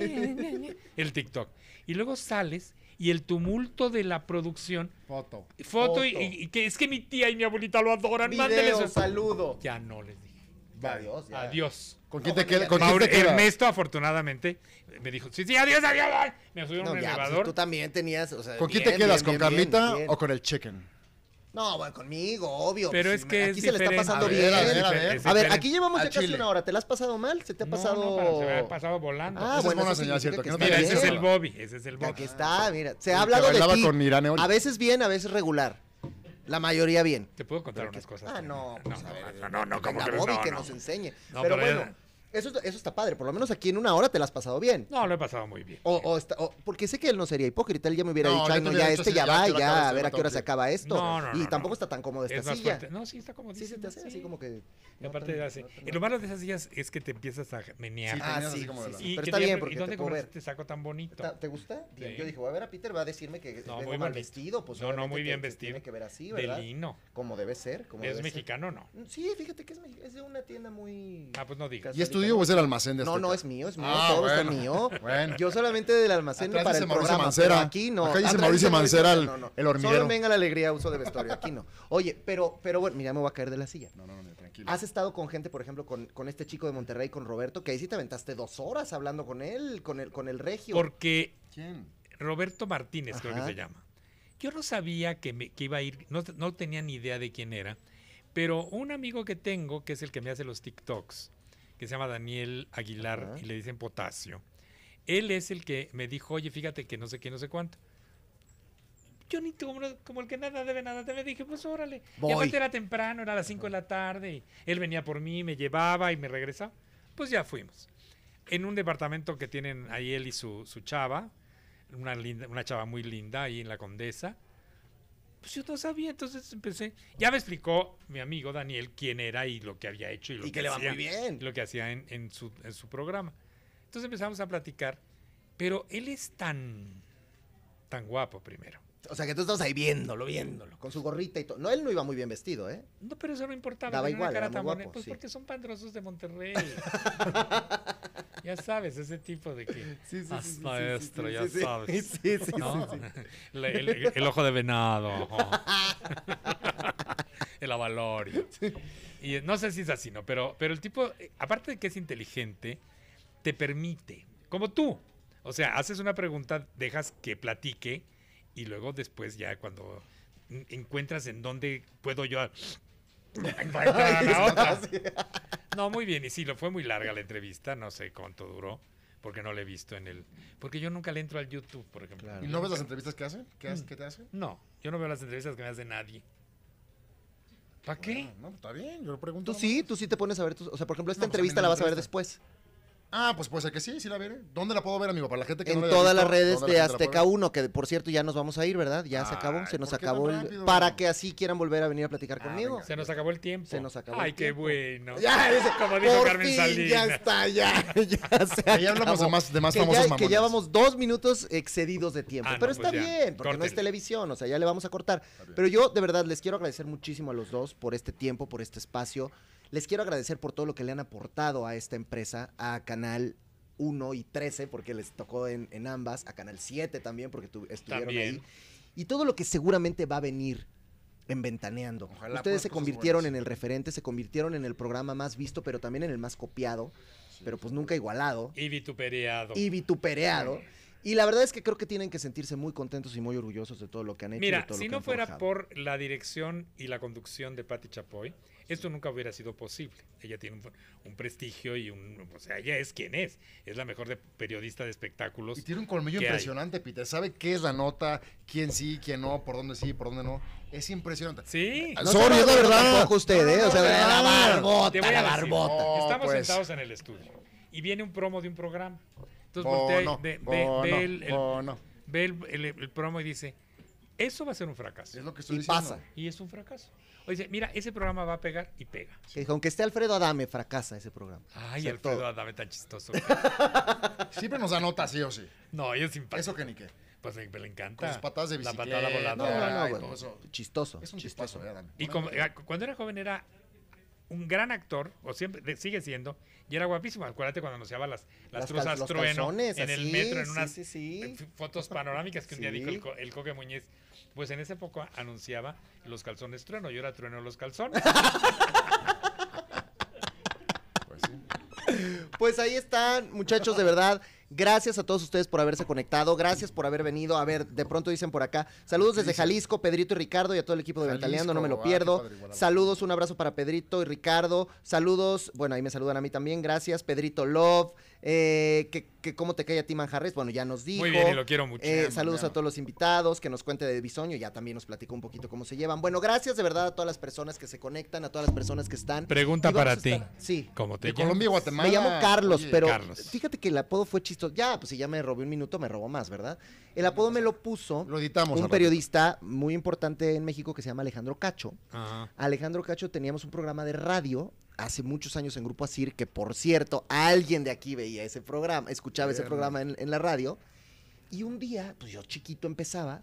El TikTok. Y luego sales y el tumulto de la producción. Foto. Y que es que mi tía y mi abuelita lo adoran. Mándenles Video, eso. saludo. Ya no les dije. Adiós. Ya. Adiós. ¿Con quién te quedas? ¿Con quién Mauro, te quedas? Ernesto, afortunadamente, me dijo, sí, adiós. Me subieron a No, un ya, pues, elevador. tú también tenías, o sea, ¿Con quién bien, te quedas? bien, ¿Con bien, Carlita bien, bien. o con el chicken? No, bueno, conmigo, obvio. Pero pues, es que aquí es se le está diferente. pasando A ver, bien. a ver, a ver. Es A ver, diferente. aquí llevamos Al ya casi chile. una hora. ¿Te la has pasado mal? ¿Se te ha pasado? No, pero se me ha pasado volando. Ah, Esa es bueno, buena eso señal, significa ¿cierto? que Que no está te Mira, bien. ese es el Bobby, ese es el Bobby. Aquí está, mira. Se El ha que hablado de bailaba ti. con Irán Eoli. A veces bien, a veces regular. La mayoría bien. Te puedo contar unas cosas. Ah, también. no, pues a ver. no, ¿cómo Venga, crees? Bobby, No, que no. nos enseñe. No, pero pero bueno, eso está padre. Por lo menos aquí en una hora te la has pasado bien. No, lo he pasado muy bien. Porque sé que él no sería hipócrita, él ya me hubiera No, dicho, ya ay, te no, hubiera ya dicho, este sí, ya ya va, te y lo ya acabas a de ver a hacer, qué hora se sí. acaba esto. No, Y tampoco está tan cómodo esta Es más silla. fuerte. No, sí, está como Sí, se te hace así como que... Y aparte hace. Y lo malo de esas sillas es que te empiezas a menear. Sí, Ah, tenías sí, así como de sí, la- sí. Y Pero que está te- bien ¿Y porque dónde te puedo compraste ver. este saco tan bonito? ¿Te gusta? Bien. Sí. Yo dije, voy a ver a Peter, va a decirme que No, vengo muy mal bonito. vestido. Pues No, obviamente muy bien te vestido. tiene que ver así, De ¿verdad? lino. Como debe ser. Como ¿Es debe ser. mexicano o no? Sí, fíjate que es de una tienda muy... Ah, pues no digas. ¿Y es tuyo o es el almacén de No, Azteca? no, es mío, Ah, todo está bueno. mío. Bueno. Yo solamente del almacén Atrás para dice el Mauricio programa, Mancera. pero aquí no. Acá dice Atrás Mauricio Mancera, el no. hormiguero. Solo venga la alegría, uso de vestuario, aquí no. Oye, pero bueno, mira, me voy a caer de la silla. No, tranquilo. ¿Has estado con gente, por ejemplo, con este chico de Monterrey, con Roberto, que ahí sí te aventaste 2 horas hablando con él, con el regio? Porque ¿Quién? Roberto Martínez, creo que Ajá. se llama. Yo no sabía que iba a ir, no tenía ni idea de quién era, pero un amigo que tengo, que es el que me hace los TikToks, que se llama Daniel Aguilar, Ajá. y le dicen Potasio, él es el que me dijo, oye, fíjate que no sé qué, no sé cuánto. Yo ni como el que nada debe, nada debe, dije, pues órale. Voy. Y aparte era temprano, era a las 5 de la tarde, y él venía por mí, me llevaba y me regresaba. Pues ya fuimos. En un departamento que tienen ahí él y su chava, una chava muy linda ahí en la Condesa. Pues yo no sabía, entonces empecé. Ya me explicó mi amigo Daniel quién era y lo que había hecho y lo Y que le va hacía, muy bien. lo que hacía en su programa. Entonces empezamos a platicar, pero él es tan guapo primero. O sea, que tú estabas ahí viéndolo, con su gorrita y todo. No, él no iba muy bien vestido, ¿eh? No, pero eso no importaba. Daba tenía una igual, cara era muy tan guapo, bonita. Pues sí. porque son pandrosos de Monterrey. Ya sabes, ese tipo de que maestro, ya sabes. Sí, sí, ¿no? sí. El ojo de venado. El avalorio. Y no sé si es así, ¿no? Pero el tipo, aparte de que es inteligente, te permite, como tú. O sea, haces una pregunta, dejas que platique y luego después ya cuando encuentras en dónde puedo yo encontrar a la otra. No, muy bien. Y sí, fue muy larga la entrevista. No sé cuánto duró. Porque no la he visto en el... Porque yo nunca le entro al YouTube, por ejemplo. Claro. ¿Y no ves las entrevistas que hace? ¿Qué te hace? No, yo no veo las entrevistas que me hace nadie. ¿Para qué? No, está bien, yo lo pregunto. Tú sí te pones a ver tus... O sea, por ejemplo, esta No, pues, entrevista a mí la no vas a ver me después. Ah, pues puede ser que sí la veré. ¿Dónde la puedo ver, amigo? Para la gente que En no la haya todas las visto, redes ¿dónde de la gente la Azteca puede ver? 1, que por cierto ya nos vamos a ir, ¿verdad? Ya se acabó, Ay, se nos ¿por qué acabó tan el... rápido? Para que así quieran volver a venir a platicar Ah, conmigo. venga. Se nos acabó el tiempo. Se nos acabó Ay, el qué tiempo. bueno. Ya, dice, Como dijo por Carmen fin, Salinas. ya está, ya se Que ya hablamos acabó. de más Que famosos ya, mamones. que ya vamos 2 minutos excedidos de tiempo. Ah, no, pero pues está ya, bien, porque no es córtenle. televisión, o sea, ya le vamos a cortar. bien. Pero yo, de verdad, les quiero agradecer muchísimo a los dos por este tiempo, por este espacio. Les quiero agradecer por todo lo que le han aportado a esta empresa, a Canal 1 y 13, porque les tocó en ambas, a Canal 7 también, porque estuvieron También. ahí. Y todo lo que seguramente va a venir en Ventaneando. Ojalá Ustedes puras se cosas convirtieron buenas. en el referente, se convirtieron en el programa más visto, pero también en el más copiado, pero pues nunca igualado Y vituperado. y vitupereado. Y la verdad es que creo que tienen que sentirse muy contentos y muy orgullosos de todo lo que han hecho. y de Mira, todo lo si que no han fuera forjado. por la dirección y la conducción de Patti Chapoy, esto nunca hubiera sido posible. Ella tiene un prestigio y o sea, ella es quien es. Es la mejor periodista de espectáculos. Y tiene un colmillo ¿Qué hay? impresionante, Peter. Sabe qué es la nota, quién sí, quién no, por dónde no. Es impresionante. Sí. Ah, No sorry, se es la va, verdad. tampoco usted, ¿eh? O sea, No, la no, barbota, Te voy a la decir, barbota. No, estamos pues. sentados en el estudio y viene un promo de un programa. Entonces Bono, voltea y bono, ve el promo y dice, eso va a ser un fracaso. Es lo que estoy Y diciendo. pasa. Y es un fracaso. O dice, mira, ese programa va a pegar y pega. Que dijo, aunque esté Alfredo Adame, fracasa ese programa. Ay, O sea, Alfredo todo. Adame tan chistoso. Siempre nos da nota, sí o sí. No, es simpático. Eso que ni qué. Pues le Con encanta. sus patadas de La bicicleta. patada voladora. No, y bueno, todo eso. chistoso. Es un chistoso. chistoso, Dan. Y cuando era joven era un gran actor, o siempre sigue siendo, y era guapísimo. Acuérdate cuando anunciaba las truzas los trueno calzones, en el así, metro, en sí, unas sí. fotos panorámicas que un día Sí. dijo el Coque Muñiz. Pues en esa época anunciaba los calzones trueno, yo era trueno los calzones. Pues sí. Pues ahí están, muchachos, de verdad. Gracias a todos ustedes por haberse conectado. Gracias por haber venido. A ver, de pronto dicen por acá. Saludos desde Jalisco, Pedrito y Ricardo y a todo el equipo de Jalisco, Ventaneando, no me lo qué pierdo. padre, igual. Saludos, un abrazo para Pedrito y Ricardo. Saludos, bueno, ahí me saludan a mí también, gracias. Pedrito Love, que cómo te cae a ti Manjarres, bueno, ya nos dijo. Muy bien, y lo quiero mucho. Saludos a todos los invitados, que nos cuente de Bisoño, ya también nos platicó un poquito cómo se llevan. Bueno, gracias de verdad a todas las personas que se conectan, a todas las personas que están. Pregunta Y vamos para a ti. estar- Sí. ¿Cómo te De llamas? Colombia y Guatemala. Me llamo Carlos, Oye, pero Carlos. fíjate que el apodo fue chistoso. Ya, pues si ya me robé un minuto, me robó más, ¿verdad? El apodo me lo puso Lo editamos. un al periodista muy importante en México que se llama Alejandro Cacho. Ajá. Alejandro Cacho teníamos un programa de radio hace muchos años en Grupo Asir, que por cierto, alguien de aquí veía ese programa, escuchaba ese Bien. programa en la radio. Y un día, pues yo chiquito empezaba,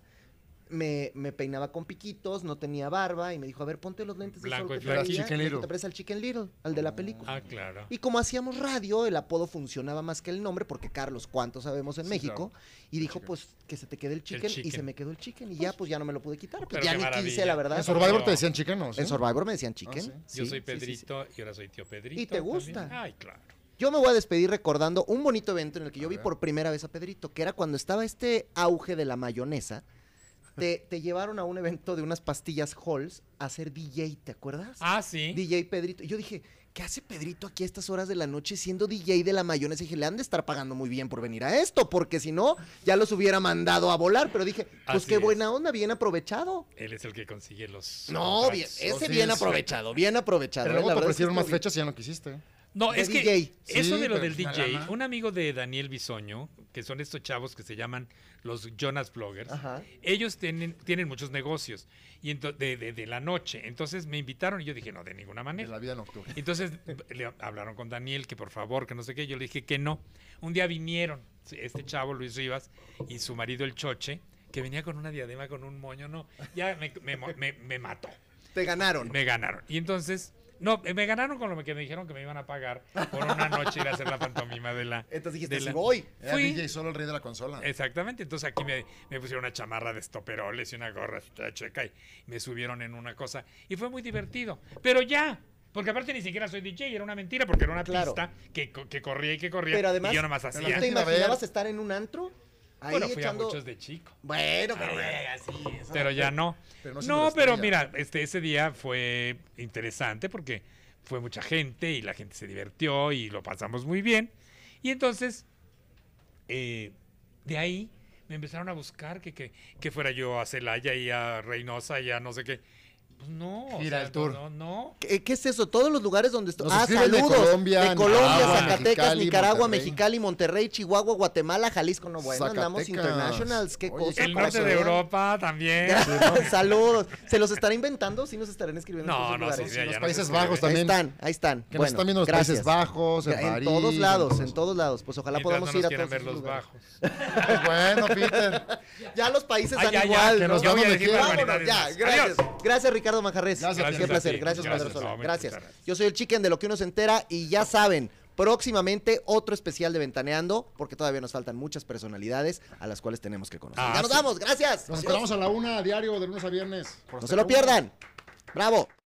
me peinaba con piquitos, no tenía barba, y me dijo, a ver, ponte los lentes de Blanco sol y que flaco. traía, Chicken y Little. te pareces al Chicken Little, al de la película. Ah, claro. Y como hacíamos radio, el apodo funcionaba más que el nombre, porque Carlos, ¿cuánto sabemos en Sí, México? claro. Y dijo, Chicken. pues, que se te quede el chicken, y chicken. se me quedó el chicken, y ya, pues, ya no me lo pude quitar. Pues Pero ya qué ni maravilla. quise, la verdad. En Survivor No. te decían chicanos. En Survivor me decían chicken. sí. Yo Sí, soy sí, sí, sí. Pedrito y ahora soy tío Pedrito. ¿Y te gusta? también. Ay, claro. Yo me voy a despedir recordando un bonito evento en el que yo A vi ver. por primera vez a Pedrito, que era cuando estaba este auge de la mayonesa. Te llevaron a un evento de unas pastillas Halls a ser DJ, ¿te acuerdas? Ah, sí. DJ Pedrito. Y yo dije, ¿qué hace Pedrito aquí a estas horas de la noche siendo DJ de la mayonesa? Y dije, le han de estar pagando muy bien por venir a esto, porque si no, ya los hubiera mandado a volar. Pero dije, pues Así qué es. buena onda, bien aprovechado. Él es el que consigue los. No, bien, contratos. ese Sí, bien sí. aprovechado, bien aprovechado. Pero luego La te verdad es que ofrecieron más estuvo bien. fechas y ya no quisiste. No, de es que DJ. eso Sí, de lo pero del pues, DJ, lana. un amigo de Daniel Bisoño, que son estos chavos que se llaman los Jonas Bloggers, Ajá. ellos tienen muchos negocios y de la noche. Entonces me invitaron y yo dije, no, de ninguna De manera. la vida nocturna. Entonces le hablaron con Daniel que por favor, que no sé qué. Yo le dije que no. Un día vinieron este chavo, Luis Rivas, y su marido, el Choche, que venía con una diadema, con un moño. No, ya me mató. Te ganaron. Me ganaron. Y entonces, no, me ganaron con lo que me dijeron que me iban a pagar por una noche ir a hacer la pantomima de la. Entonces dijiste, de sí la- voy. Era Fui- DJ solo el rey de la consola. Exactamente, entonces aquí me pusieron una chamarra de estoperoles y una gorra toda chueca y me subieron en una cosa y fue muy divertido. Pero ya, porque aparte ni siquiera soy DJ, era una mentira porque era una Claro. pista que corría y que corría Pero además, y yo nomás ¿no hacía. te iba a ver. imaginabas estar en un antro? Ahí Bueno, fui echando... a muchos de chico. Bueno, pero Pero ya no. Pero no No, siendo pero estrella. mira, ese día fue interesante porque fue mucha gente y la gente se divirtió y lo pasamos muy bien. Y entonces, de ahí me empezaron a buscar que fuera yo a Celaya y a Reynosa y a no sé qué. Pues no. Gira el tour. No. ¿Qué es eso? Todos los lugares donde estoy. Nos Ah, escriben de saludos. Colombia, de Colombia, Nicaragua, Zacatecas, Mexicali, Nicaragua, Monterrey. Mexicali, Monterrey, Chihuahua, Guatemala, Jalisco. No, bueno, andamos Zacatecas. internationals. Qué Oye, cosa. El para norte que de vean. Europa también. Saludos. ¿Se los estará inventando? Sí nos estarán escribiendo. en No, esos no, lugares. sí, ya Los no Países se Bajos escribe. también. Ahí están. Que nos Bueno, están viendo los gracias. Países Bajos, en París. todos lados, en en todos lados. Pues ojalá Mientras podamos no ir nos a quieran todos ver esos los lugares. bajos. Pues bueno, Peter. Ya los países Ah, dan ya, igual. que ¿no? nos Ya voy a vamos decir de aquí. barbaridades Vámonos, ya, más. gracias. Adiós. Gracias, Ricardo Manjarres. Gracias, Qué Gracias a placer. ti. Gracias, Gracias. Pedro Sola. No, muchas Gracias. gracias. Yo soy el Chicken de lo que uno se entera y ya saben, próximamente otro especial de Ventaneando, porque todavía nos faltan muchas personalidades a las cuales tenemos que conocer. Ah, Ya nos sí. vamos, gracias. Nos Adiós. esperamos a la 1 diario de lunes a viernes. No se lo pierdan. Bravo.